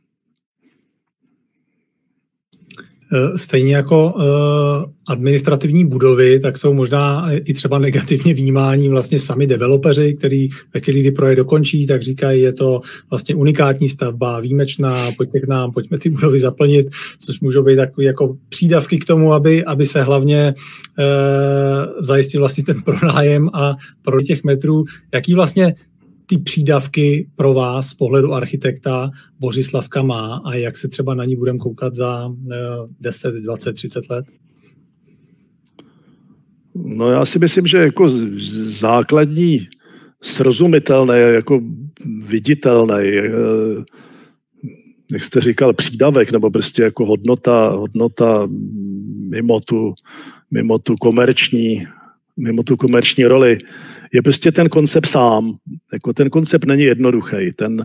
Stejně jako uh, administrativní budovy, tak jsou možná i třeba negativně vnímání vlastně sami developeři, který ve chvíli, kdy projekt dokončí, tak říkají, je to vlastně unikátní stavba, výjimečná, pojďte k nám, pojďme ty budovy zaplnit, což můžou být takové jako přídavky k tomu, aby, aby se hlavně uh, zajistil vlastně ten pronájem a pro těch metrů, jaký vlastně ty přídavky pro vás z pohledu architekta Bořislavka má a jak se třeba na ní budeme koukat za deset, dvacet, třicet let? No já si myslím, že jako základní, srozumitelné, jako viditelný, jak jste říkal, přídavek, nebo prostě jako hodnota, hodnota mimo tu, mimo tu komerční, mimo tu komerční roli, je prostě ten koncept sám. Jako ten koncept není jednoduchý. Ten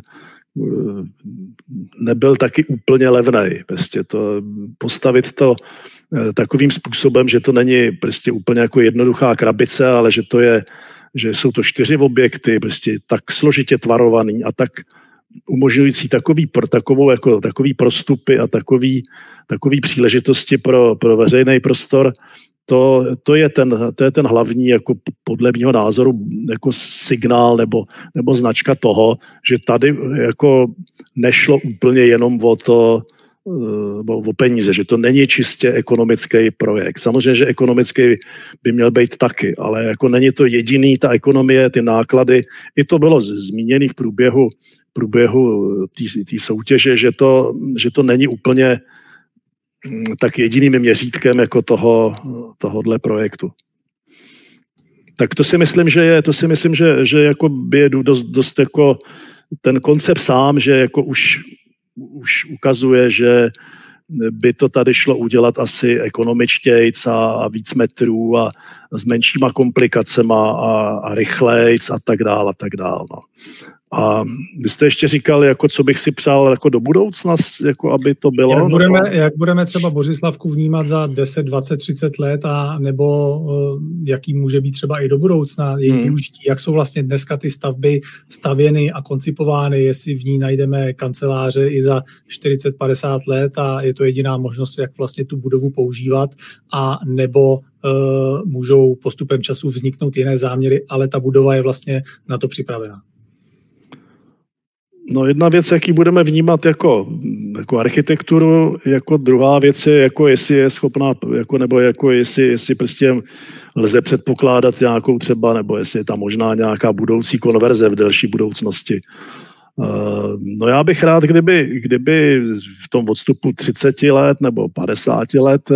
nebyl taky úplně levnej. Prostě to, postavit to takovým způsobem, že to není prostě úplně jako jednoduchá krabice, ale že to je, že jsou to čtyři objekty, prostě tak složitě tvarovaný a tak umožňující takový, takovou, jako, takový prostupy a takový, takový příležitosti pro, pro veřejný prostor. To, to, je ten, to je ten hlavní, jako podle mého názoru, jako signál nebo, nebo značka toho, že tady jako nešlo úplně jenom o to, o, o peníze, že to není čistě ekonomický projekt. Samozřejmě, že ekonomický by měl být taky, ale jako není to jediný, ta ekonomie, ty náklady, i to bylo zmíněné v průběhu, průběhu té soutěže, že to, že to není úplně tak jediným měřítkem jako toho, tohodle projektu. Tak to si myslím, že je, to si myslím, že, že jako by je dost, dost jako ten koncept sám, že jako už, už ukazuje, že by to tady šlo udělat asi ekonomičtějc a, a víc metrů a s menšíma komplikacema a, a rychlejc a tak dál a tak dál. No. A vy jste ještě říkal, jako co bych si přál jako do budoucna, jako aby to bylo. Jak budeme, no? jak budeme třeba Bořislavku vnímat za deset, dvacet, třicet let a nebo uh, jaký může být třeba i do budoucna jejich hmm. využití, jak jsou vlastně dneska ty stavby stavěny a koncipovány, jestli v ní najdeme kanceláře i za čtyřicet padesát let a je to jediná možnost, jak vlastně tu budovu používat a nebo uh, můžou postupem času vzniknout jiné záměry, ale ta budova je vlastně na to připravená. No jedna věc, jaký budeme vnímat jako, jako architekturu, jako druhá věc je, jako jestli je schopná, jako, nebo jako jestli, jestli prostě lze předpokládat nějakou třeba, nebo jestli je tam možná nějaká budoucí konverze v delší budoucnosti. Uh, no já bych rád, kdyby, kdyby v tom odstupu třicet let nebo padesát let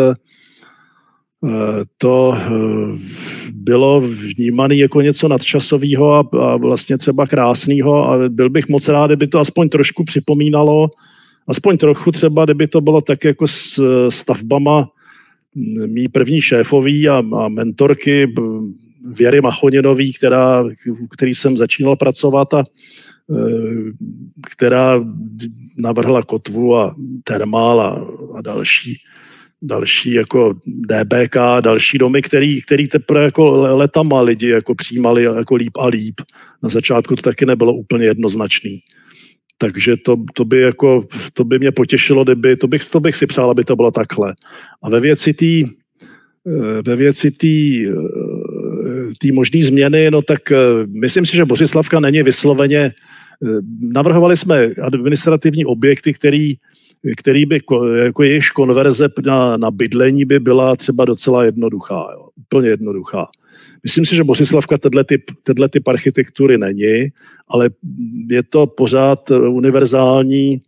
to bylo vnímané jako něco nadčasového a, a vlastně třeba krásného a byl bych moc rád, kdyby to aspoň trošku připomínalo, aspoň trochu třeba, kdyby to bylo tak jako s stavbama mý první šéfový a, a mentorky Věry Machoněnový, která, který jsem začínal pracovat a která navrhla kotvu a termál a, a další, další jako D B K, další domy, který, který teprve jako letama lidi jako přijímali jako líp a líp. Na začátku to taky nebylo úplně jednoznačný. Takže to, to, by, jako, to by mě potěšilo, kdyby, to bych, to bych si přál, aby to bylo takhle. A ve věci té ve věci té té možné změny, no tak myslím si, že Bořislavka není vysloveně. Navrhovali jsme administrativní objekty, který, který by, jako jejich konverze na, na bydlení by byla třeba docela jednoduchá, jo, úplně jednoduchá. Myslím si, že Bořislavka tenhle typ, tenhle typ architektury není, ale je to pořád univerzální,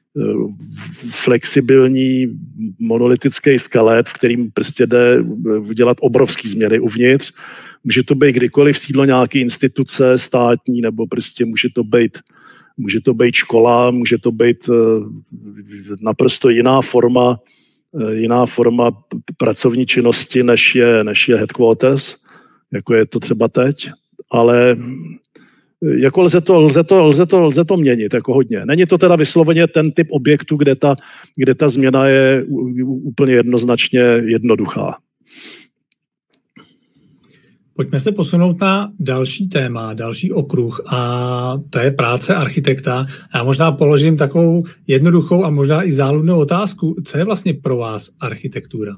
flexibilní monolitický skelet, v kterým prostě jde dělat obrovský změny uvnitř. Může to být kdykoliv sídlo nějaké instituce státní, nebo prostě může to být, může to být škola, může to být naprosto jiná forma, jiná forma pracovní činnosti, než je, než je headquarters, jako je to třeba teď, ale jako lze to, lze to, lze to, lze to měnit jako hodně. Není to teda vysloveně ten typ objektu, kde ta, kde ta změna je úplně jednoznačně jednoduchá. Pojďme se posunout na další téma, další okruh a to je práce architekta. Já možná položím takovou jednoduchou a možná i záludnou otázku. Co je vlastně pro vás architektura?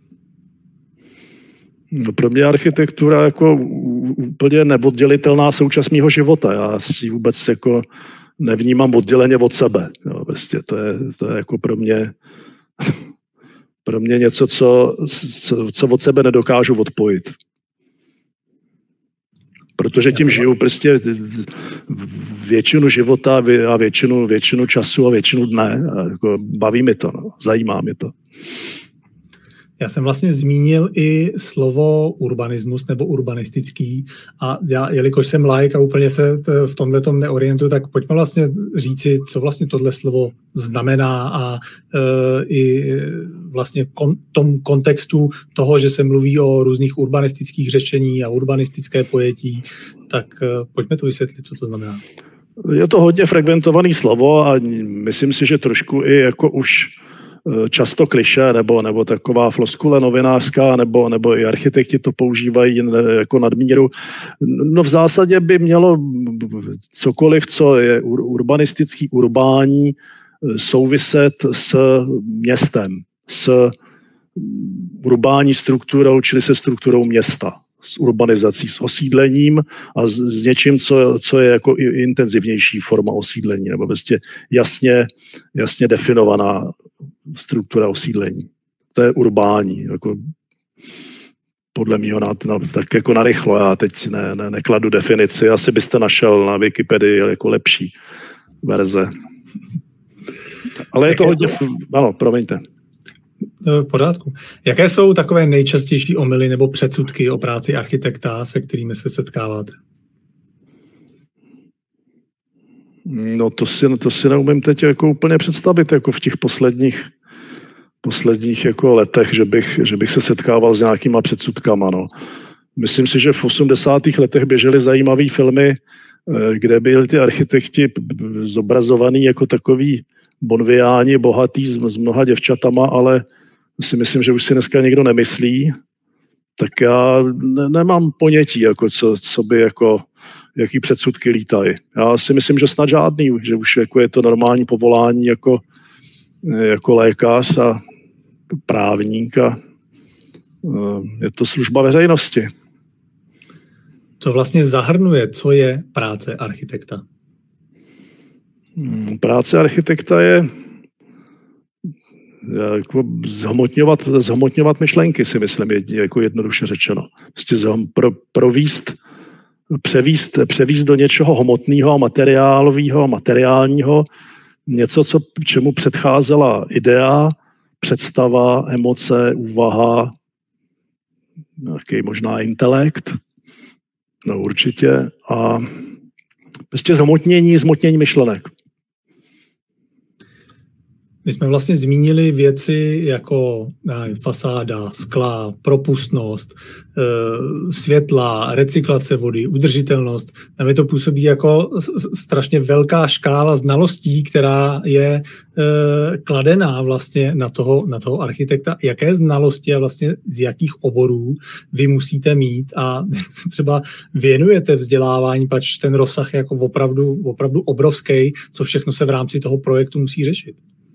No pro mě architektura jako úplně neoddělitelná součást mýho života. Já si vůbec jako nevnímám odděleně od sebe. Jo, prostě to je, to je jako pro mě pro mě něco, co, co, co od sebe nedokážu odpojit. Protože tím žiju prostě většinu života a většinu, většinu času a většinu dne. A jako baví mi to, no. Zajímá mě to. Já jsem vlastně zmínil i slovo urbanismus nebo urbanistický a já, jelikož jsem laik a úplně se t- v tomhletom neorientuju, tak pojďme vlastně říci, co vlastně tohle slovo znamená a e, i vlastně kon, tom kontextu toho, že se mluví o různých urbanistických řešení a urbanistické pojetí, tak e, pojďme to vysvětlit, co to znamená. Je to hodně fragmentované slovo a myslím si, že trošku i jako už často klišé nebo, nebo taková floskule novinářská nebo, nebo i architekti to používají jako nadmíru. No v zásadě by mělo cokoliv, co je urbanistický, urbání, souviset s městem, s urbání strukturou, čili se strukturou města, s urbanizací, s osídlením a s, s něčím, co, co je jako intenzivnější forma osídlení, nebo prostě jasně, jasně definovaná struktura osídlení. To je urbání. Jako podle mého na, na, tak jako narychlo. Já teď ne, ne, nekladu definici. Asi byste našel na Wikipedii jako lepší verze. Ale je to hodně... Ano, promiňte. V pořádku. Jaké jsou takové nejčastější omyly nebo předsudky o práci architekta, se kterými se setkáváte? No to si, to si neumím teď jako úplně představit jako v těch posledních, posledních jako letech, že bych, že bych se setkával s nějakýma předsudkama. No. Myslím si, že v osmdesátých letech běžely zajímavé filmy, kde byli ty architekti zobrazovaný jako takový bonviáni, bohatý s, s mnoha děvčatama, ale si myslím, že už si dneska někdo nemyslí, tak já ne, nemám ponětí, jako co, co by jako jaký předsudky lítají. Já si myslím, že snad žádný, že už jako je to normální povolání jako, jako lékař a právník a je to služba veřejnosti. Co vlastně zahrnuje, co je práce architekta? Práce architekta je jako zhmotňovat, zhmotňovat myšlenky, si myslím, je, jako jednoduše řečeno. Prostě pro, províst Převíst, převíst do něčeho hmotného, materiálového, materiálního, něco, co, čemu předcházela idea, představa, emoce, úvaha, nějaký možná intelekt, no určitě, a prostě zhmotnění, zhmotnění myšlenek. My jsme vlastně zmínili věci jako nevím, fasáda, skla, propustnost, e, světla, recyklace vody, udržitelnost. Na mě to působí jako strašně velká škála znalostí, která je e, kladená vlastně na toho, na toho architekta. Jaké znalosti a vlastně z jakých oborů vy musíte mít a se třeba věnujete vzdělávání, pač ten rozsah je jako opravdu, opravdu obrovský, co všechno se v rámci toho projektu musí řešit.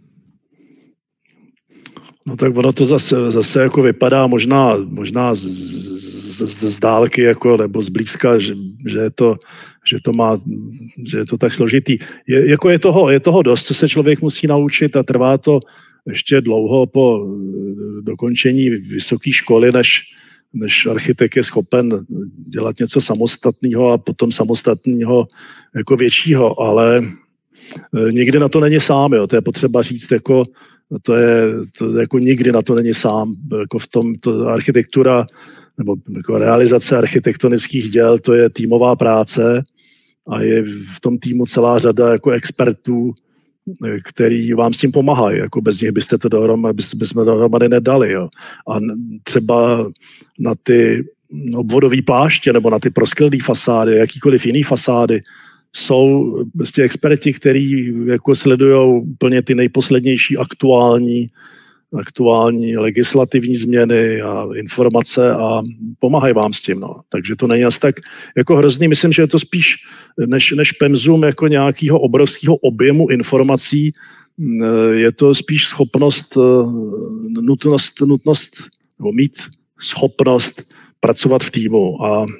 No tak ono to zase, zase jako vypadá možná, možná z, z, z, z dálky jako, nebo zblízka, že, že, je to, že, to má, že je to tak složitý. Je, jako je, toho, je toho dost, co se člověk musí naučit a trvá to ještě dlouho po dokončení vysoké školy, než, než architekt je schopen dělat něco samostatného a potom samostatného jako většího, ale nikdy na to není sám, jo. To je potřeba říct jako To je, to jako nikdy na to není sám. Jako v tom to architektura nebo jako realizace architektonických děl, to je týmová práce a je v tom týmu celá řada jako expertů, který vám s tím pomáhají. Jako bez nich byste to dohromady, bychom dohromady nedali. Jo. A třeba na ty obvodové pláště nebo na ty prosklilé fasády, jakýkoliv jiný fasády, jsou prostě experti, kteří jako sledují úplně ty nejposlednější aktuální, aktuální legislativní změny a informace a pomáhají vám s tím. No. Takže to není asi tak jako hrozný. Myslím, že je to spíš než, než pemzum jako nějakého obrovského objemu informací. Je to spíš schopnost, nutnost, nutnost nebo mít schopnost pracovat v týmu a, a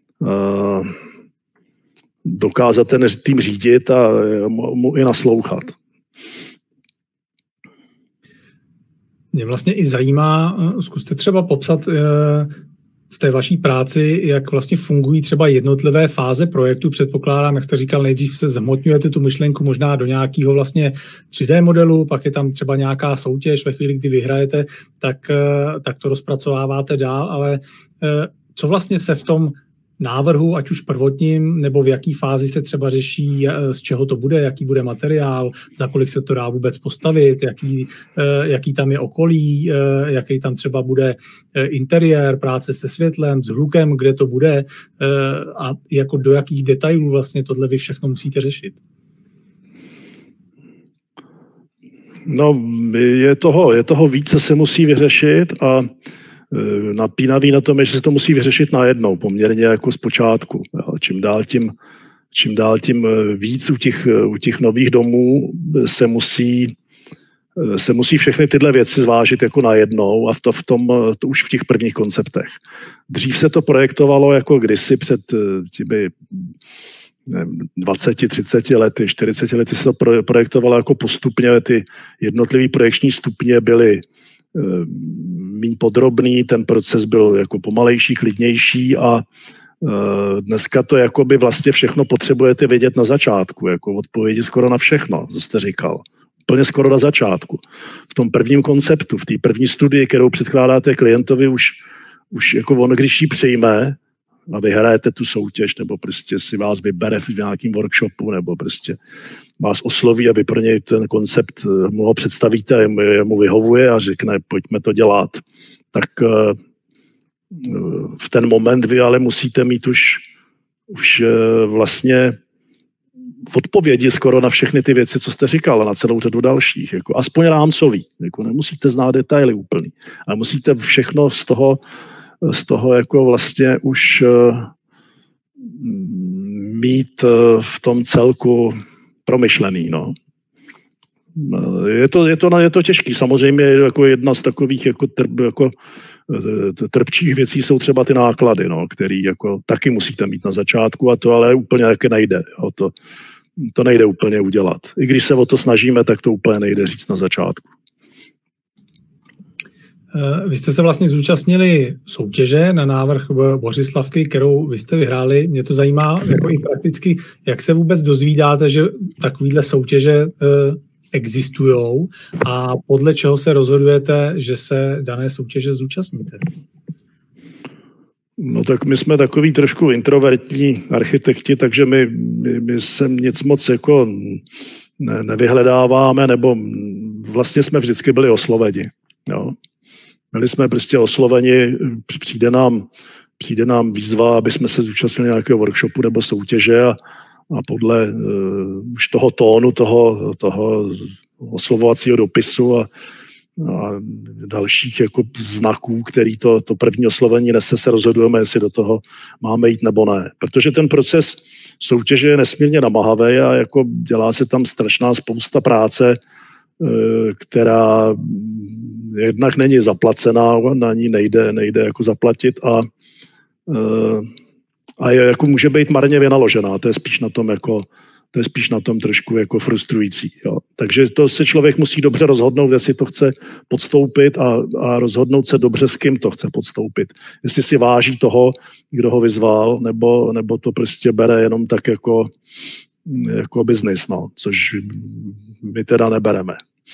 dokázat ten tým řídit a mu i naslouchat. Mě vlastně i zajímá, zkuste třeba popsat v té vaší práci, jak vlastně fungují třeba jednotlivé fáze projektu. Předpokládám, jak jste říkal, nejdřív se zhmotňujete tu myšlenku možná do nějakého vlastně tři dé modelu, pak je tam třeba nějaká soutěž, ve chvíli, kdy vyhrajete, tak, tak to rozpracováváte dál, ale co vlastně se v tom návrhu, ať už prvotním, nebo v jaký fázi se třeba řeší, z čeho to bude, jaký bude materiál, za kolik se to dá vůbec postavit, jaký, jaký tam je okolí, jaký tam třeba bude interiér, práce se světlem, s hlukem, kde to bude a jako do jakých detailů vlastně tohle vy všechno musíte řešit. No, je toho, je toho víc, co se musí vyřešit a napínavý na tom je, že se to musí vyřešit najednou, poměrně jako zpočátku. Čím dál tím, čím dál tím víc u těch, u těch nových domů se musí, se musí všechny tyhle věci zvážit jako najednou a to, v tom, to už v těch prvních konceptech. Dřív se to projektovalo jako kdysi před těmi dvaceti, třiceti lety, čtyřiceti lety se to projektovalo jako postupně, ty jednotlivé projekční stupně byly méně podrobný, ten proces byl jako pomalejší, klidnější a dneska to jakoby vlastně všechno potřebujete vědět na začátku, jako odpovědi skoro na všechno, co jste říkal. Úplně skoro na začátku. V tom prvním konceptu, v té první studii, kterou předkládáte klientovi, už, už jako on, když ji přijme a vyhrajete tu soutěž, nebo prostě si vás vybere v nějakém workshopu, nebo prostě vás osloví a vy pro něj ten koncept mu ho představíte a mu vyhovuje a řekne, pojďme to dělat. Tak v ten moment vy ale musíte mít už, už vlastně v odpovědi skoro na všechny ty věci, co jste říkal, a na celou řadu dalších. Jako aspoň rámcový. Jako nemusíte znát detaily úplný. Ale musíte všechno z toho, z toho jako vlastně už mít v tom celku promyšlený, no. Je to, je to, je to těžký. Samozřejmě jako jedna z takových jako, trb, jako trpčích věcí jsou třeba ty náklady, no, který jako taky musíte mít na začátku a to ale úplně taky nejde. Jo. To, to nejde úplně udělat. I když se o to snažíme, tak to úplně nejde říct na začátku. Vy jste se vlastně zúčastnili soutěže na návrh Bořislavky, kterou vy jste vyhráli. Mě to zajímá jako i prakticky, jak se vůbec dozvídáte, že takovýhle soutěže existujou a podle čeho se rozhodujete, že se dané soutěže zúčastníte? No tak my jsme takový trošku introvertní architekti, takže my, my, my sem nic moc jako ne, nevyhledáváme, nebo vlastně jsme vždycky byli osloveni. Jo. Byli jsme prostě osloveni, přijde nám, přijde nám výzva, aby jsme se zúčastnili nějakého workshopu nebo soutěže a, a podle uh, už toho tónu, toho, toho oslovovacího dopisu a, a dalších jako znaků, který to, to první oslovení nese, se rozhodujeme, jestli do toho máme jít nebo ne. Protože ten proces soutěže je nesmírně namáhavý a jako dělá se tam strašná spousta práce, která jednak není zaplacená, na ní nejde, nejde jako zaplatit a, a je, jako může být marně vynaložená. To je spíš na tom jako to je spíš na tom trošku jako frustrující. Jo. Takže to se člověk musí dobře rozhodnout, jestli to chce podstoupit a, a rozhodnout se dobře, s kým to chce podstoupit. Jestli si váží toho, kdo ho vyzval, nebo, nebo to prostě bere jenom tak jako, jako biznis, no, což my teda nebereme.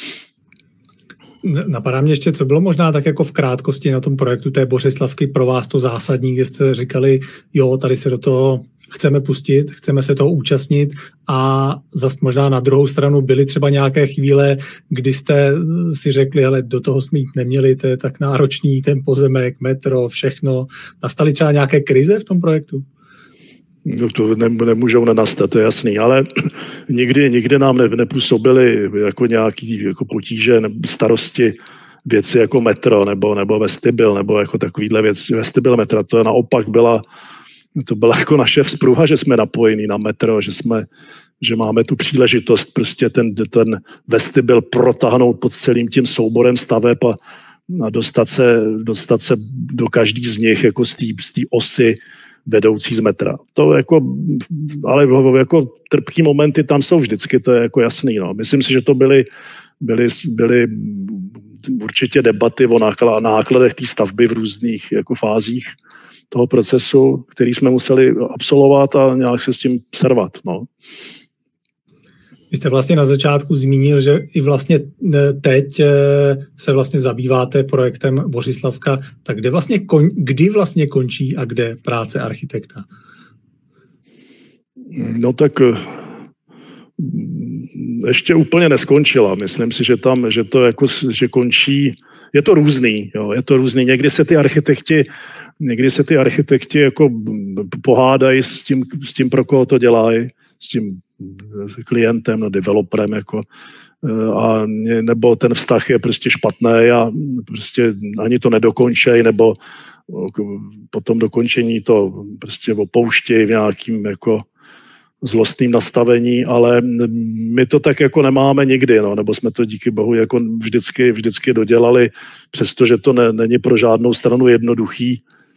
Napadá mě ještě, co bylo možná tak jako v krátkosti na tom projektu té Bořislavky pro vás to zásadní, kde jste říkali, jo, tady se do toho chceme pustit, chceme se toho účastnit a zase možná na druhou stranu byly třeba nějaké chvíle, kdy jste si řekli, hele, do toho jsme jít neměli, to je tak náročný, ten pozemek, metro, všechno. Nastaly třeba nějaké krize v tom projektu? No to nemůžou nenastat, to je jasný, ale nikdy, nikdy nám nepůsobily jako nějaký jako potíže, starosti, věci jako metro nebo, nebo vestibyl, nebo jako takovýhle věci. Vestibyl metra, to naopak byla, to byla jako naše vzpruha, že jsme napojení na metro, že jsme, že máme tu příležitost prostě ten, ten vestibyl protáhnout pod celým tím souborem staveb a, a dostat se, dostat se do každý z nich jako z té osy vedoucí z metra. To jako, ale jako trpký momenty tam jsou vždycky, to je jako jasný. No. Myslím si, že to byly, byly, byly určitě debaty o nákladech té stavby v různých jako fázích toho procesu, který jsme museli absolvovat a nějak se s tím servat. No. Vy jste vlastně na začátku zmínil, že i vlastně teď se vlastně zabýváte projektem Bořislavka, tak kde vlastně kon, kdy vlastně končí a kde práce architekta? No tak ještě úplně neskončila. Myslím si, že tam, že to jako, že končí, je to různý, jo, je to různý. Někdy se ty architekti Někdy se ty architekti jako pohádají s tím, s tím, pro koho to dělají, s tím klientem, no, developerem, jako, a nebo ten vztah je prostě špatný a prostě ani to nedokončej, nebo po tom dokončení to prostě opouštějí v nějakým jako zlostným nastavení, ale my to tak jako nemáme nikdy, no, nebo jsme to díky bohu jako vždycky, vždycky dodělali, přestože to ne, není pro žádnou stranu jednoduchý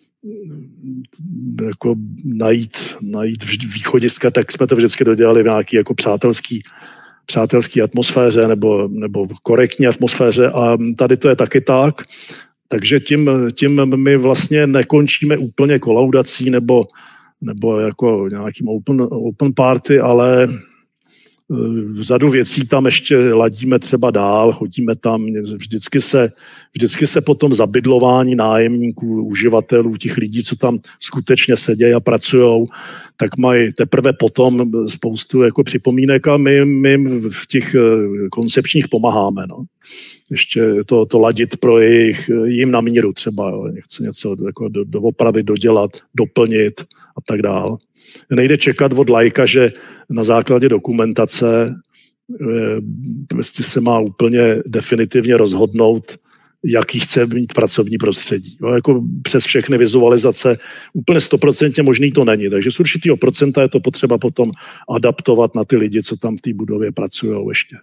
jako najít, najít východiska, tak jsme to vždycky dodělali v nějaký jako přátelský, přátelský atmosféře nebo, nebo korektní atmosféře a tady to je taky tak. Takže tím, tím my vlastně nekončíme úplně kolaudací nebo, nebo jako nějakým open, open party, ale řadu věcí tam ještě ladíme třeba dál, chodíme tam, vždycky se, vždycky se potom zabydlování nájemníků, uživatelů, těch lidí, co tam skutečně sedějí a pracujou, tak mají teprve potom spoustu jako připomínek a my, my v těch koncepčních pomáháme. No. Ještě to, to ladit pro jejich, jim na míru třeba, jo. Nechce něco jako do, doopravit, dodělat, doplnit a tak dál. Nejde čekat od lajka, že na základě dokumentace prostě se má úplně definitivně rozhodnout, jaký chce mít pracovní prostředí. Jo, jako přes všechny vizualizace úplně stoprocentně možný to není. Takže z určitého procenta je to potřeba potom adaptovat na ty lidi, co tam v té budově pracují ještě.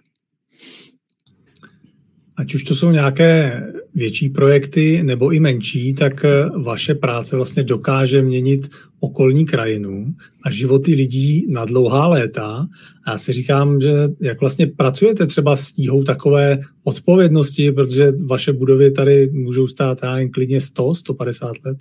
Ať už to jsou nějaké větší projekty nebo i menší, tak vaše práce vlastně dokáže měnit okolní krajinu a životy lidí na dlouhá léta. A já si říkám, že jak vlastně pracujete třeba s tíhou takové odpovědnosti, protože vaše budovy tady můžou stát jen klidně sto, sto padesát let.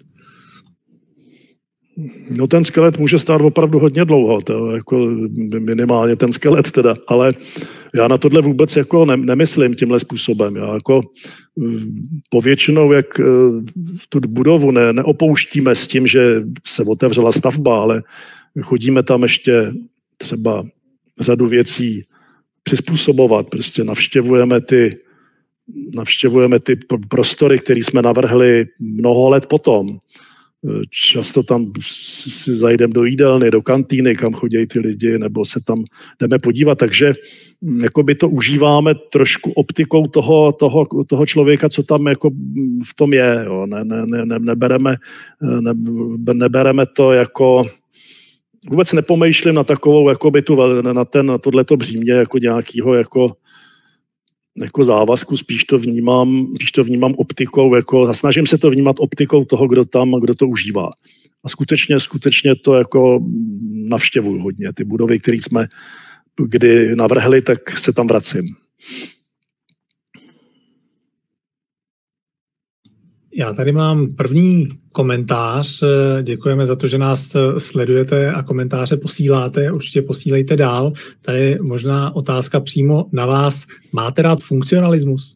No ten skelet může stát opravdu hodně dlouho, to jako minimálně ten skelet teda, ale já na tohle vůbec jako ne, nemyslím tímhle způsobem. Já jako povětšinou, jak tu budovu ne, neopouštíme s tím, že se otevřela stavba, ale chodíme tam ještě třeba řadu věcí přizpůsobovat. Prostě navštěvujeme ty, navštěvujeme ty prostory, které jsme navrhli mnoho let potom. Často tam si zajdeme do jídelny, do kantýny, kam chodí ty lidi, nebo se tam jdeme podívat. Takže jakoby to užíváme trošku optikou toho, toho, toho člověka, co tam jako v tom je. Jo. Ne, ne, ne, nebereme, ne, nebereme to jako... Vůbec nepomýšlím na takovou, jakoby tu, na, ten, na tohleto břímě jako nějakého jako, jako závazku, spíš to vnímám, spíš to vnímám optikou, jako, snažím se to vnímat optikou toho, kdo tam, kdo to užívá. A skutečně, skutečně to jako navštěvuju hodně. Ty budovy, které jsme kdy navrhli, tak se tam vracím. Já tady mám první komentář. Děkujeme za to, že nás sledujete a komentáře posíláte. Určitě posílejte dál. Tady je možná otázka přímo na vás. Máte rád funkcionalismus?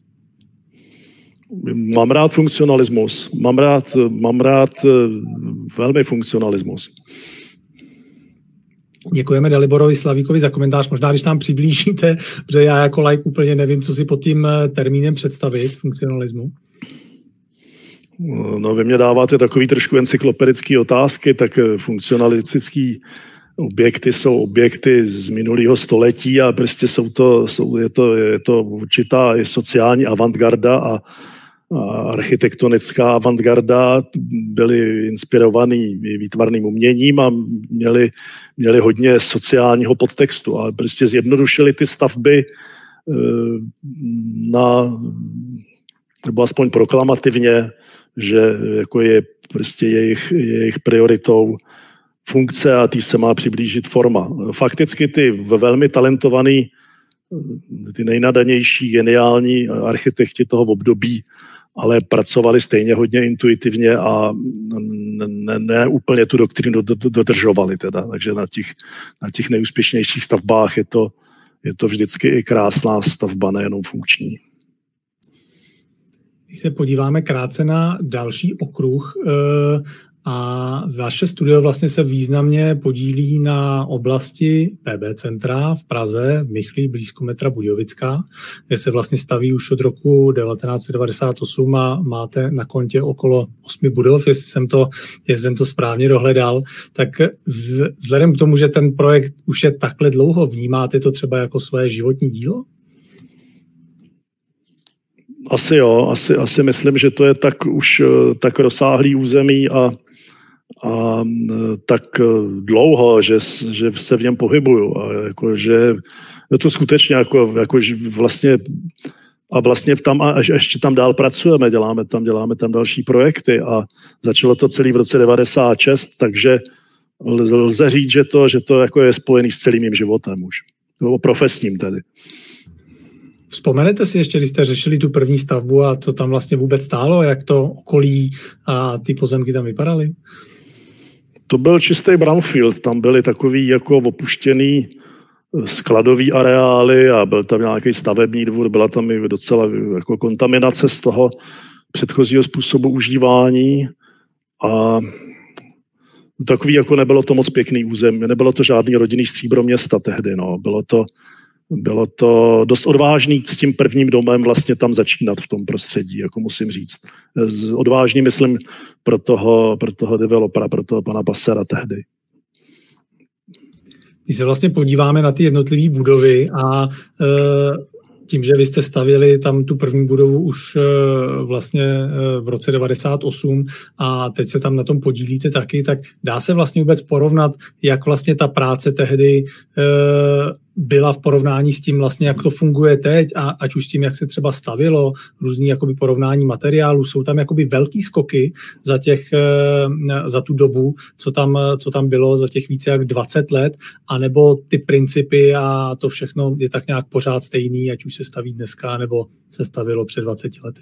Mám rád funkcionalismus. Mám rád, mám rád velmi funkcionalismus. Děkujeme Daliborovi Slavíkovi za komentář. Možná, když nám přiblížíte, protože já jako laik úplně nevím, co si pod tím termínem představit, funkcionalismu. No, vy mě dáváte takový trošku encyklopedický otázky, tak funkcionalistický objekty jsou objekty z minulého století a prostě jsou to, jsou, je, to, je to určitá sociální avantgarda a, a architektonická avantgarda, byly inspirovaný výtvarným uměním a měli, měli hodně sociálního podtextu a prostě zjednodušili ty stavby na, nebo aspoň proklamativně, že jako je prostě jejich, jejich prioritou funkce a tý se má přiblížit forma. Fakticky ty velmi talentovaný, ty nejnadanější, geniální architekti toho období, ale pracovali stejně hodně intuitivně a ne, ne úplně tu doktrínu dodržovali teda. Takže na těch, na těch nejúspěšnějších stavbách je to, je to vždycky i krásná stavba, nejenom funkční. Když se podíváme krátce na další okruh a vaše studio vlastně se významně podílí na oblasti P B centra v Praze, v Michlí, blízko metra Budějovická, kde se vlastně staví už od roku devatenáct set devadesát osm a máte na kontě okolo osmi budov, jestli jsem to, jestli jsem to správně dohledal. Tak vzhledem k tomu, že ten projekt už je takhle dlouho, vnímáte to třeba jako své životní dílo? Asi jo, asi, asi myslím, že to je tak už tak rozsáhlý území a, a tak dlouho, že, že se v něm pohybuju. A jako, že je to skutečně jako, jako vlastně a vlastně tam a ještě tam dál pracujeme, děláme tam, děláme tam další projekty a začalo to celý v roce devadesát šest, takže lze říct, že to, že to jako je spojený s celým mým životem už. O profesním tedy. Vzpomenete si ještě, když jste řešili tu první stavbu a co tam vlastně vůbec stálo, jak to okolí a ty pozemky tam vypadaly? To byl čistý brownfield, tam byly takový jako opuštěný skladový areály a byl tam nějaký stavební dvůr, byla tam i docela jako kontaminace z toho předchozího způsobu užívání a takový jako nebylo to moc pěkný území, nebylo to žádný rodinný stříbro města tehdy, no, bylo to Bylo to dost odvážný s tím prvním domem vlastně tam začínat v tom prostředí, jako musím říct. Odvážný, myslím, pro toho, pro toho developera, pro toho pana Bassera tehdy. Když se vlastně podíváme na ty jednotlivé budovy a e, tím, že vy jste stavěli tam tu první budovu už e, vlastně e, v roce devadesát osm a teď se tam na tom podílíte taky, tak dá se vlastně vůbec porovnat, jak vlastně ta práce tehdy e, byla v porovnání s tím vlastně, jak to funguje teď a ať už s tím, jak se třeba stavilo, různý jakoby porovnání materiálů, jsou tam jakoby velký skoky za těch, za tu dobu, co tam, co tam bylo za těch více jak dvacet let, anebo ty principy a to všechno je tak nějak pořád stejný, ať už se staví dneska, nebo se stavilo před dvaceti lety.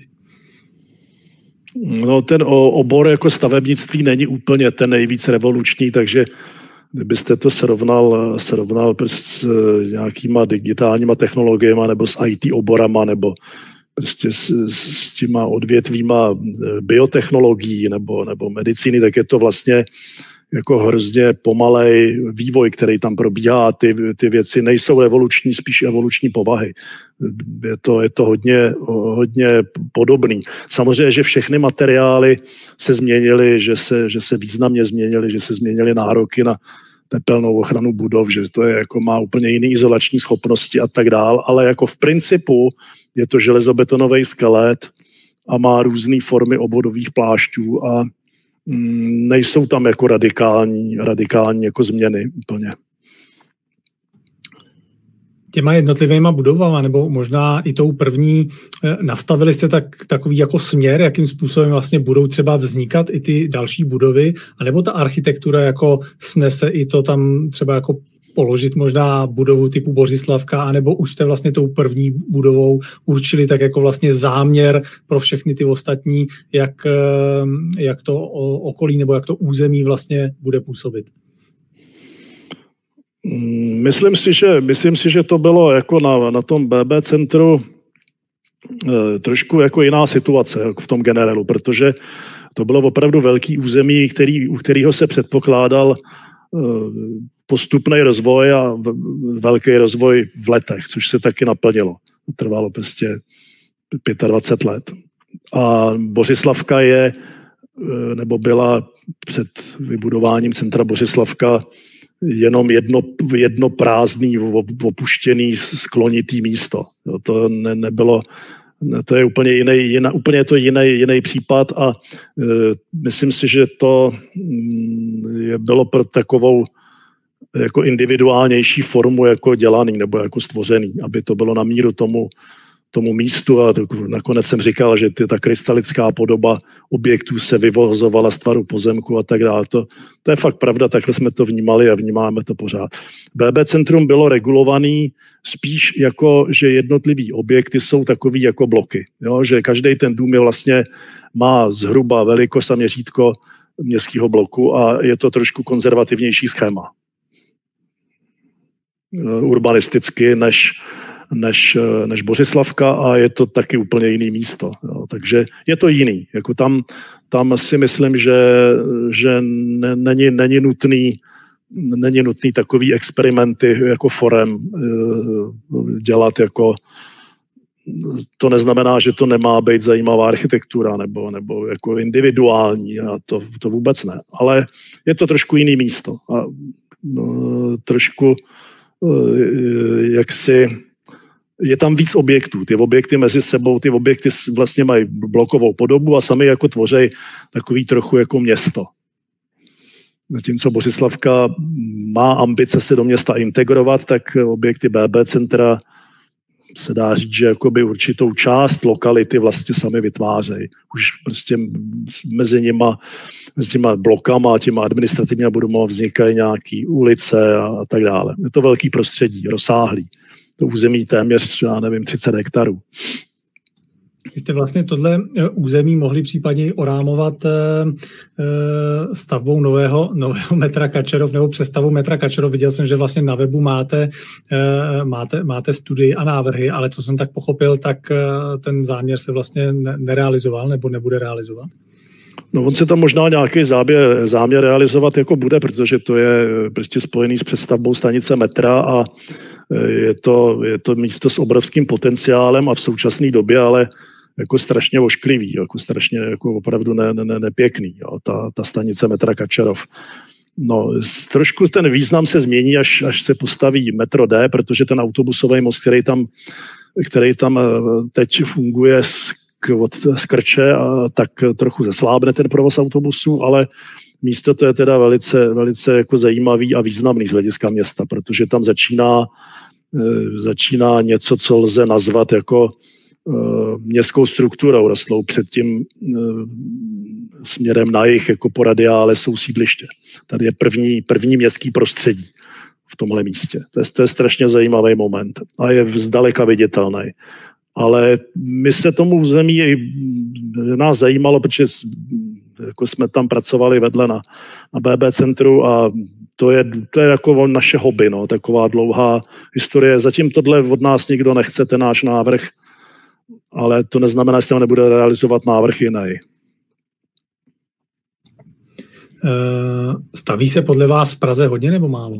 No ten obor jako stavebnictví není úplně ten nejvíc revoluční, takže kdybyste to srovnal, srovnal prostě s nějakýma digitálníma technologiemi nebo s í té oborama nebo prostě s, s těma odvětvíma biotechnologií nebo, nebo medicíny, tak je to vlastně, jako hrozně pomalej vývoj, který tam probíhá. Ty, ty věci nejsou evoluční, spíš evoluční povahy. Je to, je to hodně, hodně podobný. Samozřejmě, že všechny materiály se změnily, že se, že se významně změnily, že se změnily nároky na tepelnou ochranu budov, že to je jako má úplně jiný izolační schopnosti a tak dál, ale jako v principu je to železobetonový skelet a má různé formy obvodových plášťů a mm, nejsou tam jako radikální, radikální jako změny úplně. Těma jednotlivýma budovama, nebo možná i tou první, nastavili jste tak, takový jako směr, jakým způsobem vlastně budou třeba vznikat i ty další budovy, anebo ta architektura jako snese i to tam třeba jako položit možná budovu typu Bořislavka, anebo už jste vlastně tou první budovou určili tak jako vlastně záměr pro všechny ty ostatní, jak, jak to okolí nebo jak to území vlastně bude působit? Myslím si, že, myslím si, že to bylo jako na, na tom bé bé centru e, trošku jako jiná situace jako v tom generelu, protože to bylo opravdu velký území, který, u kterého se předpokládal e, postupný rozvoj a v, velký rozvoj v letech, což se taky naplnilo. Trvalo prostě dvacet pět let. A Bořislavka je, e, nebo byla před vybudováním centra Bořislavka jenom jedno, jedno prázdný, opuštěný, sklonitý místo. Jo, to ne, nebylo, to je úplně jiný, jiná, úplně to jiný, jiný případ a e, myslím si, že to je, bylo pro takovou jako individuálnější formu jako dělaný nebo jako stvořený, aby to bylo na míru tomu, tomu místu a to, nakonec jsem říkal, že ty, ta krystalická podoba objektů se vyvozovala z tvaru pozemku a tak dále. To, to je fakt pravda, takhle jsme to vnímali a vnímáme to pořád. bé bé centrum bylo regulovaný spíš jako, že jednotlivý objekty jsou takový jako bloky. Jo? Že každý ten dům je vlastně má zhruba velikost a měřítko městského bloku a je to trošku konzervativnější schéma. Urbanisticky než Než, než Bořislavka a je to taky úplně jiný místo. Jo. Takže je to jiný. Jako tam, tam si myslím, že, že ne, není, není, nutný, není nutný takový experimenty jako forem dělat jako to neznamená, že to nemá být zajímavá architektura nebo, nebo jako individuální a to, to vůbec ne. Ale je to trošku jiný místo a no, trošku jaksi je tam víc objektů. Ty objekty mezi sebou, ty objekty vlastně mají blokovou podobu a sami jako tvoří takový trochu jako město. Zatímco Bořislavka má ambice se do města integrovat, tak objekty bé bé centra se dá říct, že jakoby určitou část lokality vlastně sami vytvářejí. Už prostě mezi nima, mezi těma blokama a těma administrativníma budovama vznikají nějaký ulice a, a tak dále. Je to velký prostředí, rozsáhlý. To území téměř, já nevím, třicet hektarů. Vy jste vlastně tohle území mohli případně orámovat stavbou nového, nového metra Kačerov nebo přestavou metra Kačerov. Viděl jsem, že vlastně na webu máte, máte, máte studii a návrhy, ale co jsem tak pochopil, tak ten záměr se vlastně nerealizoval nebo nebude realizovat. No on se tam možná nějaký záběr, záměr realizovat jako bude, protože to je prostě spojený s přestavbou stanice metra a je to, je to místo s obrovským potenciálem a v současné době ale jako strašně ošklivý, jako strašně jako opravdu ne, ne, nepěkný, jo, ta, ta stanice metra Kačerov. No, trošku ten význam se změní, až, až se postaví metro D, protože ten autobusový most, který tam, který tam teď funguje z, od Skrče, a tak trochu zeslábne ten provoz autobusů, ale místo to je teda velice, velice jako zajímavý a významný z hlediska města, protože tam začíná, začíná něco, co lze nazvat jako městskou strukturou. Rostlou před tím směrem na jih, jako po radiále jsou sídliště. Tady je první, první městský prostředí v tomhle místě. To je, to je strašně zajímavý moment a je zdaleka viditelný. Ale my se tomu území nás zajímalo, protože jako jsme tam pracovali vedle na, na bé bé centru a to je, to je jako naše hobby, no, taková dlouhá historie. Zatím tohle od nás nikdo nechce, ten náš návrh, ale to neznamená, že se nebude realizovat návrh jiný. Staví se podle vás v Praze hodně nebo málo?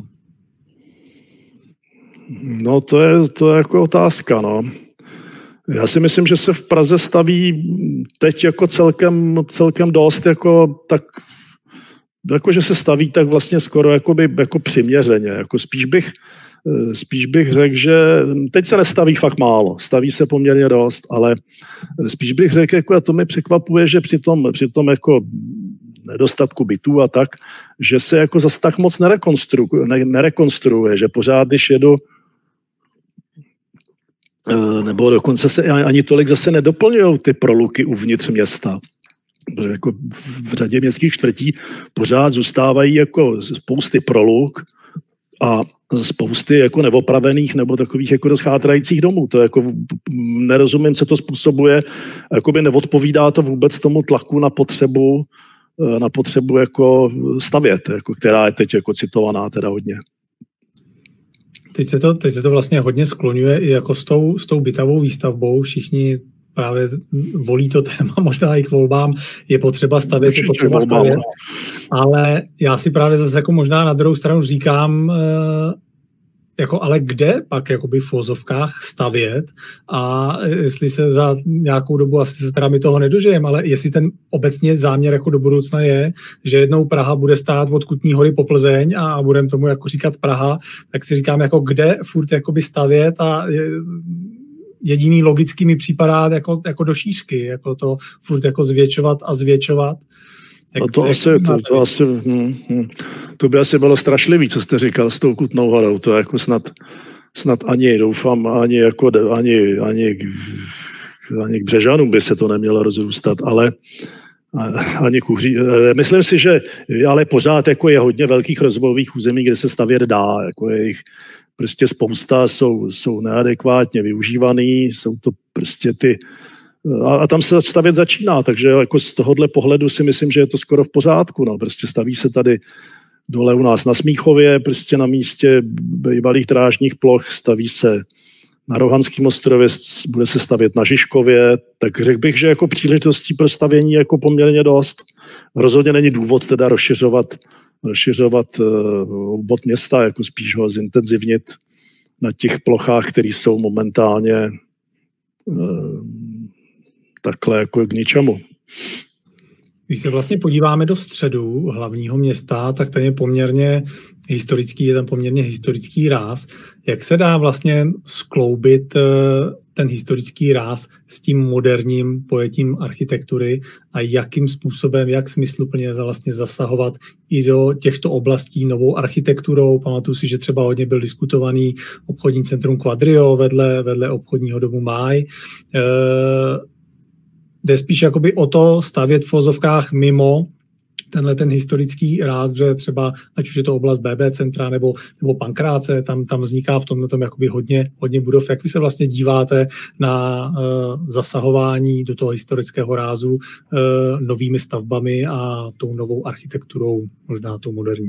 No to je, to je jako otázka, no. Já si myslím, že se v Praze staví teď jako celkem, celkem dost, jako tak, jako že se staví tak vlastně skoro jakoby, jako přiměřeně. Jako spíš bych, spíš bych řekl, že teď se nestaví fakt málo, staví se poměrně dost, ale spíš bych řekl, jako a to mi překvapuje, že při tom, při tom jako nedostatku bytů a tak, že se jako zas tak moc nerekonstruuje, ne, nerekonstruuje, že pořád, když jedu nebo dokonce se ani tolik zase nedoplňují ty proluky uvnitř města. Protože jako v řadě městských čtvrtí pořád zůstávají jako spousty proluk a spousty jako neopravených nebo takových jako rozchátrajících domů. To jako nerozumím, co to způsobuje. Jakoby neodpovídá to vůbec tomu tlaku na potřebu, na potřebu jako stavět, jako která je teď jako citovaná teda hodně. Teď se, to, teď se to vlastně hodně skloňuje i jako s tou, s tou bytovou výstavbou. Všichni právě volí to téma, možná i k volbám, je potřeba stavět, je potřeba stavět. Ale já si právě zase jako možná na druhou stranu říkám, jako ale kde pak jakoby v vozovkách stavět a jestli se za nějakou dobu, asi se teda my toho nedožijeme, ale jestli ten obecně záměr jako do budoucna je, že jednou Praha bude stát od Kutní Hory po Plzeň a budeme tomu jako říkat Praha, tak si říkám, jako kde furt jakoby stavět a jediný logický mi připadá jako, jako do šířky, jako to furt jako zvětšovat a zvětšovat. No to, asi, to, to, asi, hm, hm. to by asi bylo strašlivý, co jste říkal s tou Kutnou Horou. To jako snad, snad ani, doufám, ani, jako, ani, ani, k, ani k Břežanům by se to nemělo rozrůstat, ale ani kuří. Myslím si, že ale pořád jako je hodně velkých rozvojových území, kde se stavět dá. Jako je jich prostě spousta, jsou, jsou neadekvátně využívaný, jsou to prostě ty A, a tam se stavět začíná, takže jako z tohohle pohledu si myslím, že je to skoro v pořádku. No. Prostě staví se tady dole u nás na Smíchově, prostě na místě bývalých drážních ploch, staví se na Rohanském ostrově, bude se stavět na Žižkově, tak řekl bych, že jako příležitostí pro stavění je jako poměrně dost. Rozhodně není důvod teda rozšiřovat, rozšiřovat uh, obvod města, jako spíš ho zintenzivnit na těch plochách, které jsou momentálně uh, takhle jako k ničemu. Když se vlastně podíváme do středu hlavního města, tak ten je poměrně historický, je tam poměrně historický ráz. Jak se dá vlastně skloubit ten historický ráz s tím moderním pojetím architektury a jakým způsobem, jak smysluplně vlastně zasahovat i do těchto oblastí novou architekturou? Pamatuju si, že třeba hodně byl diskutovaný obchodní centrum Quadrio vedle, vedle obchodního domu Máj. Jde spíš jakoby o to stavět v vozovkách mimo tenhle ten historický ráz, že třeba, ať už je to oblast bé bé centra nebo, nebo Pankráce, tam, tam vzniká v tomhle tom jakoby hodně, hodně budov. Jak vy se vlastně díváte na uh, zasahování do toho historického rázu uh, novými stavbami a tou novou architekturou, možná tou moderní?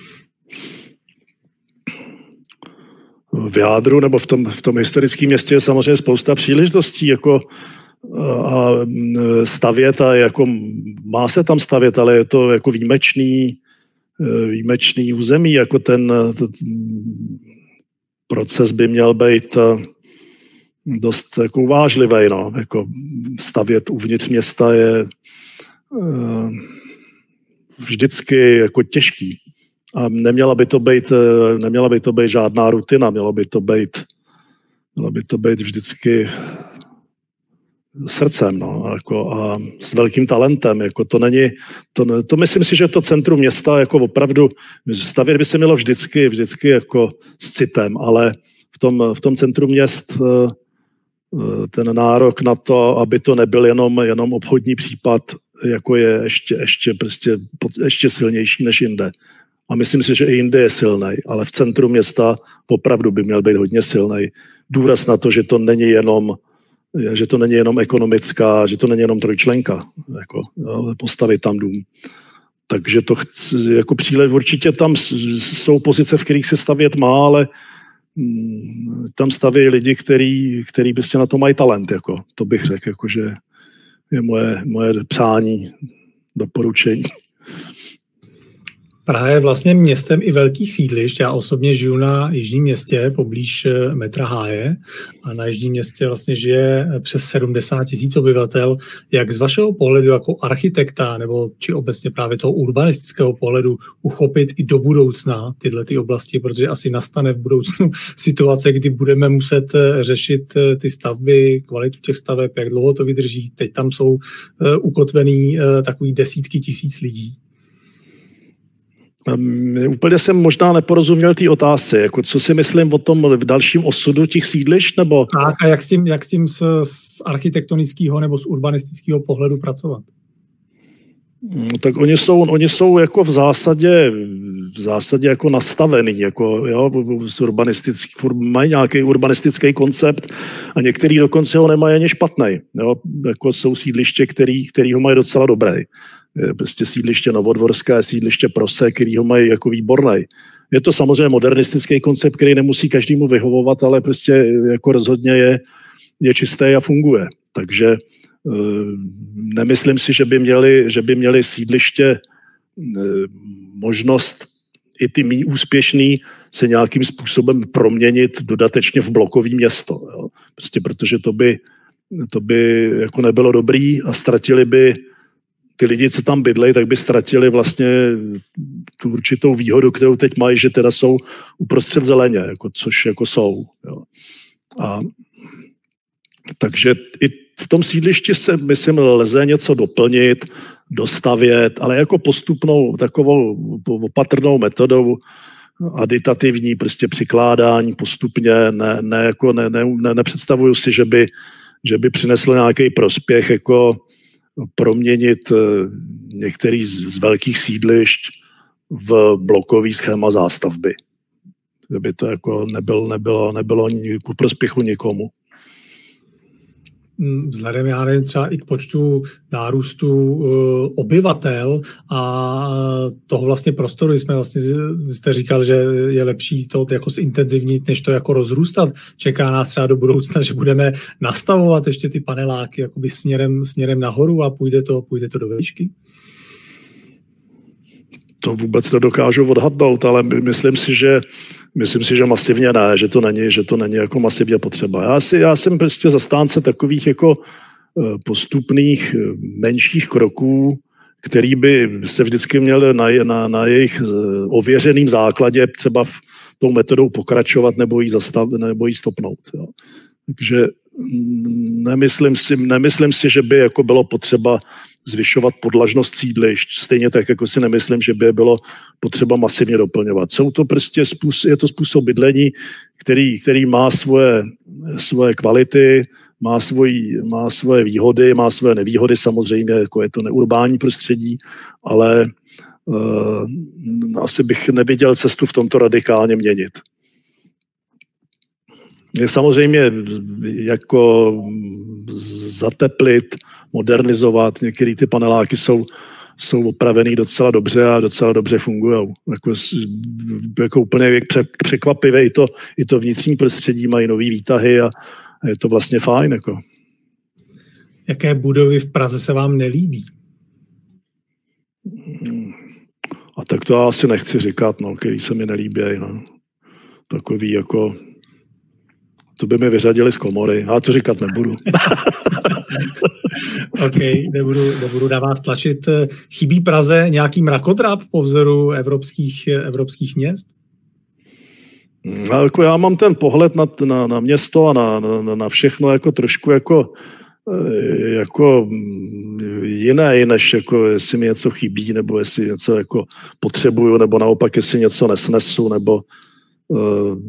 V jádru nebo v tom, v tom historickém městě je samozřejmě spousta příležitostí, jako a stavět a jako má se tam stavět, ale je to jako výjimečný, výjimečný území, jako ten, ten proces by měl být dost jako uvážlivý, no. Jako stavět uvnitř města je vždycky jako těžký a neměla by to být, neměla by to být žádná rutina, mělo by to být, mělo by to být vždycky srdcem, no, jako a s velkým talentem, jako to není, to, to myslím si, že to centrum města jako opravdu, stavět by se mělo vždycky, vždycky jako s citem, ale v tom, v tom centru měst ten nárok na to, aby to nebyl jenom, jenom obchodní případ, jako je ještě, ještě, prostě, ještě silnější než jinde. A myslím si, že i jinde je silný, ale v centru města opravdu by měl být hodně silný. Důraz na to, že to není jenom že to není jenom ekonomická, že to není jenom trojčlenka, jako, ale postavit tam dům. Takže to chci, jako přílež, určitě tam jsou pozice, v kterých se stavět má, ale mm, tam staví lidi, který, který prostě na to mají talent, jako, to bych řekl, jako, že je moje, moje přání, doporučení. Praha je vlastně městem i velkých sídlišť. Já osobně žiju na Jižním Městě, poblíž metra Háje, a na Jižním Městě vlastně žije přes sedmdesát tisíc obyvatel. Jak z vašeho pohledu jako architekta, nebo či obecně právě toho urbanistického pohledu uchopit i do budoucna tyhle ty oblasti, protože asi nastane v budoucnu situace, kdy budeme muset řešit ty stavby, kvalitu těch staveb, jak dlouho to vydrží. Teď tam jsou ukotvený takový desítky tisíc lidí. Úplně jsem možná neporozuměl té otázce, jako co si myslím o tom v dalším osudu těch sídlišť, nebo... Tak, a jak s tím, jak s tím z, z architektonického nebo z urbanistického pohledu pracovat? No, tak oni jsou, oni jsou jako v zásadě, v zásadě jako nastavený, jako, jo, z urbanistický, mají nějaký urbanistický koncept a některý dokonce ho nemají ani špatný. Jo, jako jsou sídliště, který, který ho mají docela dobrý. Prostě sídliště Novodvorské, sídliště Prose, který ho mají jako výborný. Je to samozřejmě modernistický koncept, který nemusí každému vyhovovat, ale prostě jako rozhodně je, je čistý a funguje. Takže nemyslím si, že by měli, že by měli sídliště možnost i ty méně úspěšný se nějakým způsobem proměnit dodatečně v blokový město. Jo. Prostě protože to by, to by jako nebylo dobrý a ztratili by ty lidi, co tam bydlejí, tak by ztratili vlastně tu určitou výhodu, kterou teď mají, že teda jsou uprostřed zeleně, jako, což jako jsou. Jo. A takže i v tom sídlišti se, myslím, lze něco doplnit, dostavět, ale jako postupnou takovou opatrnou metodou, aditativní, prostě přikládání postupně, ne, ne, jako ne, ne, ne, nepředstavuju si, že by, že by přinesl nějaký prospěch, jako proměnit některý z, z velkých sídlišť v blokový schéma zástavby. Že by to jako nebylo, nebylo, nebylo ku prospěchu nikomu. Vzhledem, já nevím, třeba i k počtu nárůstu uh, obyvatel a toho vlastně prostoru, jsme vlastně, jste říkal, že je lepší to jako zintenzivnit, než to jako rozrůstat. Čeká nás třeba do budoucna, že budeme nastavovat ještě ty paneláky jakoby směrem, směrem nahoru a půjde to, půjde to do výšky? To vůbec nedokážu odhadnout, ale myslím si, že Myslím si, že masivně ne, že to není, že to není jako masivně potřeba. Já, si, já jsem prostě zastánce takových jako postupných menších kroků, který by se vždycky měl na, na, na jejich ověřeným základě třeba v tou metodou pokračovat nebo ji zastav, nebo ji stopnout. Jo. Takže nemyslím si, nemyslím si, že by jako bylo potřeba zvyšovat podlažnost sídlišť, stejně tak, jako si nemyslím, že by bylo potřeba masivně doplňovat. Jsou to prostě způsob, je to způsob bydlení, který, který má svoje, svoje kvality, má, svoji, má svoje výhody, má svoje nevýhody, samozřejmě, jako je to neurbání prostředí, ale uh, asi bych neviděl cestu v tomto radikálně měnit. Je samozřejmě jako zateplit, modernizovat. Některé ty paneláky jsou, jsou opravený docela dobře a docela dobře fungují. Jako, jako úplně překvapivé i to, i to vnitřní prostředí, mají nový výtahy a je to vlastně fajn. Jako. Jaké budovy v Praze se vám nelíbí? A tak to já asi nechci říkat, no, který se mi nelíbí. No. Takový jako... To by mi vyřadili z komory. Já to říkat nebudu. OK, nebudu, nebudu na vás tlačit. Chybí Praze nějaký mrakodrap po vzoru evropských, evropských měst? No, jako já mám ten pohled na, na, na město a na, na, na všechno jako trošku jako, jako jiné, než jako jestli mi něco chybí, nebo jestli něco jako potřebuju, nebo naopak jestli něco nesnesu, nebo uh,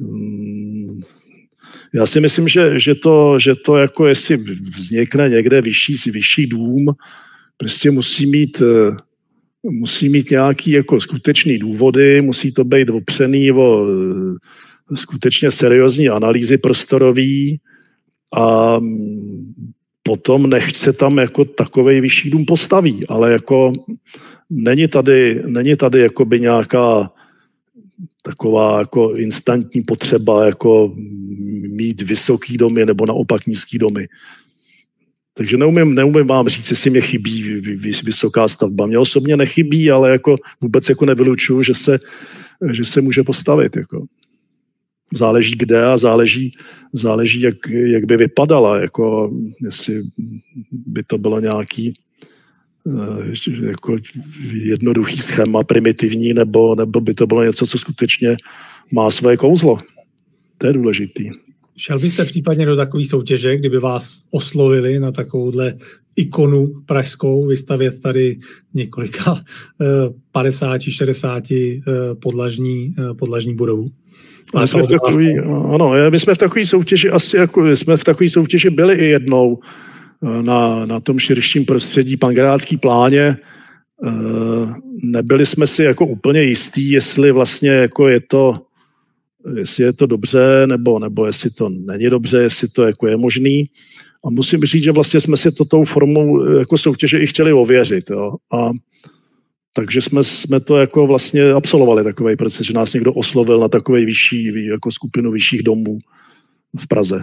já si myslím, že, že, to, že to jako jestli vznikne někde vyšší, vyšší dům, prostě musí mít, musí mít nějaký jako skutečný důvody, musí to být opřený o skutečně seriózní analýzy prostorový a potom nechť se tam jako takovej vyšší dům postaví, ale jako není tady, není tady jakoby nějaká taková jako instantní potřeba jako mít vysoký domy nebo naopak nízký domy. Takže neumím, neumím vám říct, jestli mě chybí vysoká stavba. Mně osobně nechybí, ale jako vůbec jako nevylučuju, že se, že se může postavit. Jako. Záleží kde a záleží, záleží jak, jak by vypadala. Jako, jestli by to bylo nějaký jako jednoduchý schéma, primitivní, nebo, nebo by to bylo něco, co skutečně má své kouzlo. To je důležitý. Šel byste případně do takové soutěže, kdyby vás oslovili na takovouhle ikonu pražskou, vystavět tady několika padesát šedesát podlažní, podlažní budovu? My jsme v takový, ano, my jsme v takové soutěži asi jako, jsme v takové soutěži byli i jednou na, na tom širším prostředí Pankrácký pláně. Nebyli jsme si jako úplně jistí, jestli vlastně jako je to jestli je to dobře, nebo, nebo jestli to není dobře, jestli to jako je možný. A musím říct, že vlastně jsme si to tou formou jako soutěže i chtěli ověřit. Jo. A takže jsme, jsme to jako vlastně absolvovali takový proces, že nás někdo oslovil na takovej vyšší, jako skupinu vyšších domů v Praze.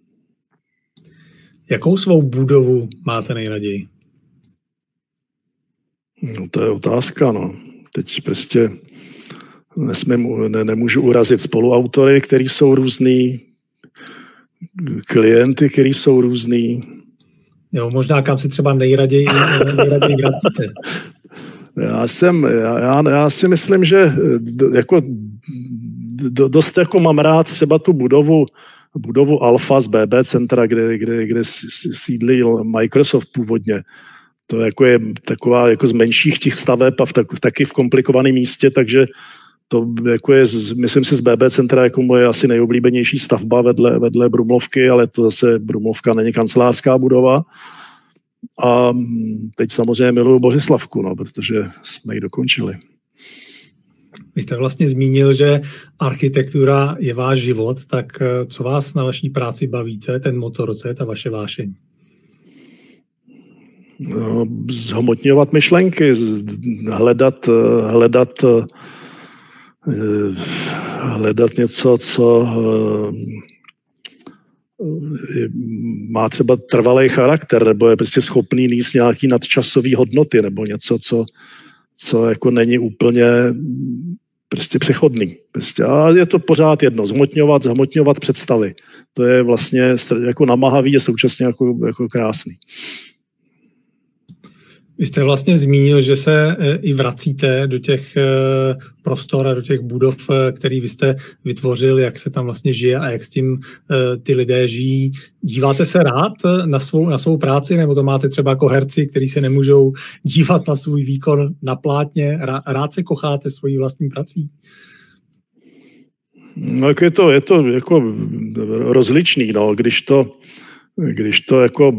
Jakou svou budovu máte nejraději? No to je otázka, no. Teď prostě Nesmím, ne, nemůžu urazit spoluautory, který jsou různý, klienty, který jsou různý. Jo, možná kam si třeba nejraději, nejraději vracíte. Já, jsem, já, já, já si myslím, že jako, dost jako mám rád třeba tu budovu, budovu Alfa z bé bé centra, kde, kde, kde sídlil Microsoft původně. To jako je taková jako z menších těch staveb a v tak, taky v komplikovaném místě, takže to jako je, myslím si, z bé bé centra jako moje asi nejoblíbenější stavba vedle, vedle Brumlovky, ale to zase Brumlovka není kancelářská budova. A teď samozřejmě miluju Bořislavku, no, protože jsme ji dokončili. Vy jste vlastně zmínil, že architektura je váš život, tak co vás na vaší práci baví, co je ten motor, co je ta vaše vášeň? No, zhmotňovat myšlenky, hledat, hledat hledat něco, co má třeba trvalý charakter, nebo je prostě schopný nést nějaký nadčasový hodnoty, nebo něco, co, co jako není úplně prostě přechodný. Prostě. A je to pořád jedno, zhmotňovat, zhmotňovat představy. To je vlastně jako namáhavý a současně jako, jako krásný. Vy jste vlastně zmínil, že se i vracíte do těch prostor a do těch budov, který vy jste vytvořil, jak se tam vlastně žije a jak s tím ty lidé žijí. Díváte se rád na svou, na svou práci, nebo to máte třeba jako herci, kteří se nemůžou dívat na svůj výkon na plátně? Rád se kocháte svojí vlastní prací? No, je to, je to jako rozličný, no, když to, když to jako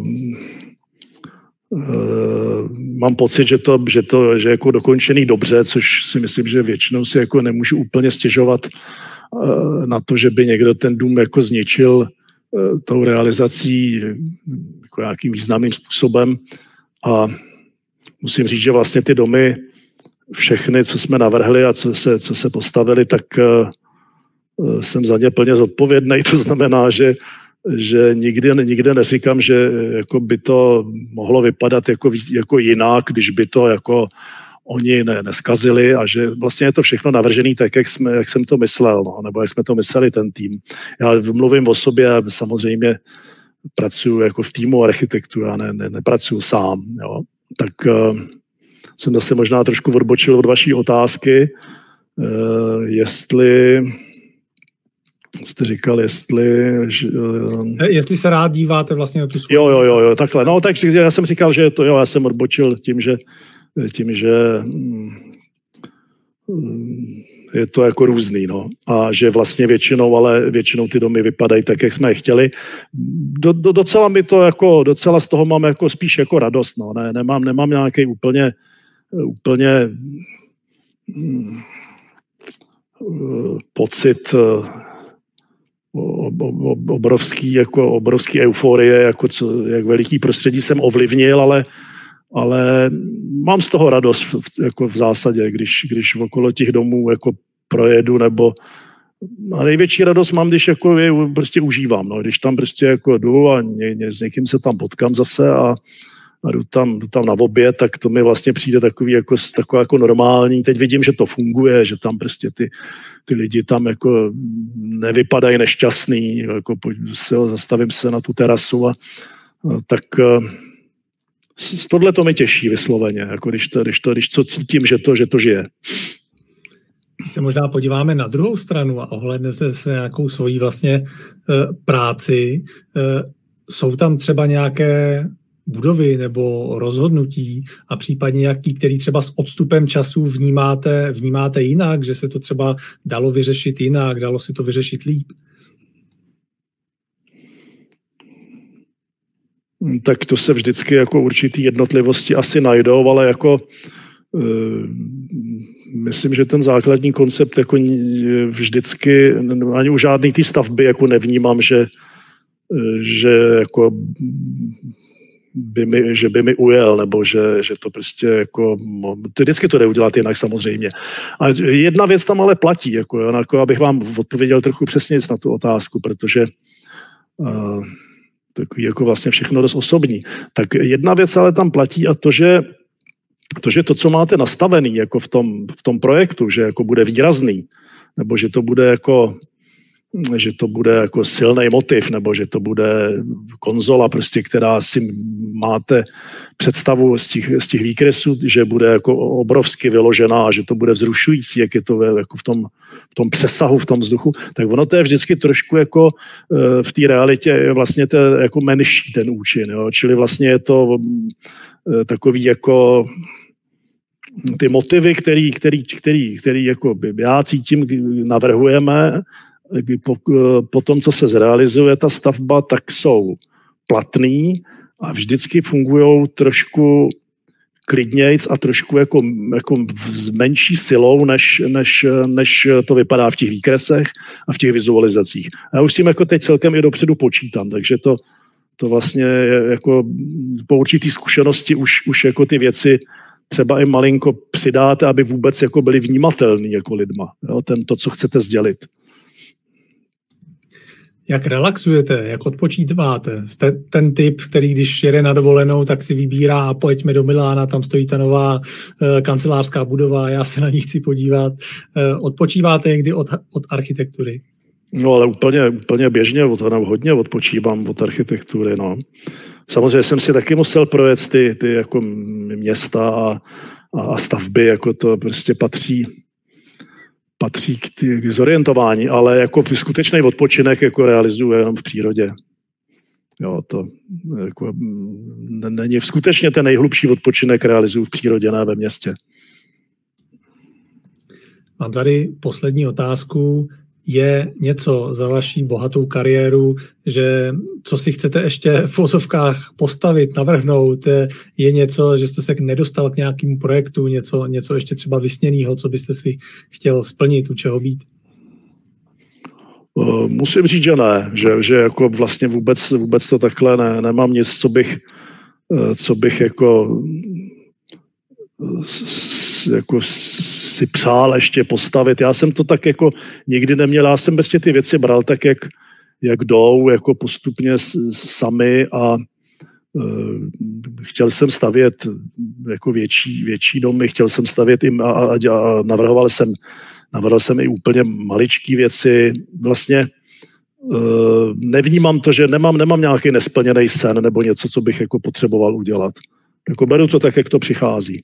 Uh, mám pocit, že to, že to že jako dokončený dobře, což si myslím, že většinou si jako nemůžu úplně stěžovat uh, na to, že by někdo ten dům jako zničil uh, tou realizací jako nějakým významným způsobem. A musím říct, že vlastně ty domy, všechny, co jsme navrhli a co se, co se postavili, tak uh, jsem za ně plně zodpovědný. To znamená, že že nikdy, nikde neříkám, že jako by to mohlo vypadat jako, jako jinak, když by to jako oni ne, neskazili a že vlastně je to všechno navržené tak, jak, jsme, jak jsem to myslel, no, nebo jak jsme to mysleli ten tým. Já mluvím o sobě a samozřejmě pracuji jako v týmu architektů, já ne, ne, nepracuji sám. Jo. Tak uh, jsem zase možná trošku odbočil od vaší otázky, uh, jestli... jste říkal, jestli... Že, jestli se rád díváte vlastně na tu svou... Jo, jo, jo, jo, takhle. No, takže já jsem říkal, že to, jo, já jsem odbočil tím, že, tím, že je to jako různý, no. A že vlastně většinou, ale většinou ty domy vypadají tak, jak jsme je chtěli. Do, do, docela mi to jako, docela z toho mám jako spíš jako radost, no. Ne, nemám, nemám nějaký úplně, úplně hm, pocit obrovský, jako obrovský euforie, jako co, jak veliký prostředí jsem ovlivnil, ale, ale mám z toho radost jako v zásadě, když, když okolo těch domů jako projedu nebo, A největší radost mám, když jako je prostě užívám, no. Když tam prostě jako jdu a ně, ně, s někým se tam potkám zase a, a jdu, tam, jdu tam na oběd, tak to mi vlastně přijde takový jako, takový jako normální. Teď vidím, že to funguje, že tam prostě ty, ty lidi tam jako nevypadají nešťastný, jako se, zastavím se na tu terasu a, a tak tohle to mi těší vysloveně, jako když, to, když, to, když co cítím, že to, že to žije. Když se možná podíváme na druhou stranu a ohlédnete se nějakou svoji vlastně e, práci, e, jsou tam třeba nějaké budovy nebo rozhodnutí a případně nějaký, který třeba s odstupem času vnímáte, vnímáte jinak, že se to třeba dalo vyřešit jinak, dalo si to vyřešit líp? Tak to se vždycky jako určitý jednotlivosti asi najdou, ale jako myslím, že ten základní koncept jako vždycky, ani u žádné té stavby jako nevnímám, že, že, jako by mi, že by mi ujel, nebo že, že to prostě jako, to vždycky to jde udělat jinak samozřejmě. A jedna věc tam ale platí, jako, jako abych vám odpověděl trochu přesně na tu otázku, protože uh, takový jako vlastně všechno dost osobní. Tak jedna věc ale tam platí a to, že To, že to, co máte nastavený jako v tom, v tom projektu, že jako bude výrazný, nebo že to bude jako, že to bude jako silný motiv, nebo že to bude konzola, prostě, která si máte představu z těch, z těch výkresů, že bude jako obrovsky vyložená a že to bude vzrušující, jak je to jako v tom, v tom přesahu, v tom vzduchu, tak ono to je vždycky trošku jako v té realitě je vlastně to jako menší ten účin, jo? Čili vlastně je to takový jako ty motivy, který, který, který, který jako já cítím, navrhujeme, po, po tom, co se zrealizuje ta stavba, tak jsou platný a vždycky fungují trošku klidnějc a trošku jako, jako s menší silou, než, než, než to vypadá v těch výkresech a v těch vizualizacích. A já už s tím jako teď celkem i dopředu počítám, takže to, to vlastně jako po určitý zkušenosti už, už jako ty věci třeba i malinko přidáte, aby vůbec jako byly vnímatelný jako lidma. Jo? Ten, to, co chcete sdělit. Jak relaxujete, jak odpočíváte? Jste ten typ, který když jede na dovolenou, tak si vybírá a pojďme do Milána, tam stojí ta nová e, kancelářská budova, já se na ní chci podívat. E, odpočíváte někdy od, od architektury? No ale úplně, úplně běžně, od, hodně odpočívám od architektury, no. Samozřejmě jsem si taky musel projet ty, ty jako města a, a stavby, jako to prostě patří, patří k, tý, k zorientování, ale jako skutečný odpočinek jako realizuje jenom v přírodě. Jo, to jako, není skutečně ten nejhlubší odpočinek realizuju v přírodě, ne ve městě. Mám tady poslední otázku. Je něco za vaší bohatou kariéru, že co si chcete ještě v vozovkách postavit, navrhnout, je něco, že jste se nedostal k nějakému projektu, něco, něco ještě třeba vysněného, co byste si chtěl splnit, u čeho být? Musím říct, že ne, že, že jako vlastně vůbec, vůbec to takhle ne, nemám nic, co bych, co bych jako, jako si přál ještě postavit. Já jsem to tak jako nikdy neměl, já jsem prostě ty věci bral tak, jak, jak jdou, jako postupně sami a uh, chtěl jsem stavět jako větší, větší domy, chtěl jsem stavět i a, a, a navrhoval jsem navrhoval jsem i úplně maličký věci. Vlastně uh, nevnímám to, že nemám, nemám nějaký nesplněný sen nebo něco, co bych jako potřeboval udělat. Jako beru to tak, jak to přichází.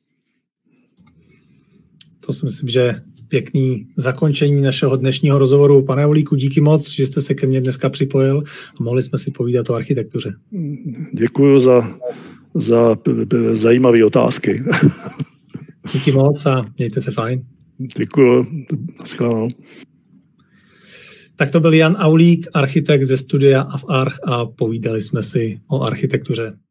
To si myslím, že pěkný zakončení našeho dnešního rozhovoru. Pane Aulíku, díky moc, že jste se ke mně dneska připojil a mohli jsme si povídat o architektuře. Děkuji za, za zajímavé otázky. Díky moc a mějte se fajn. Děkuji. Naschledanou. Tak to byl Jan Aulík, architekt ze studia A F Arch a povídali jsme si o architektuře.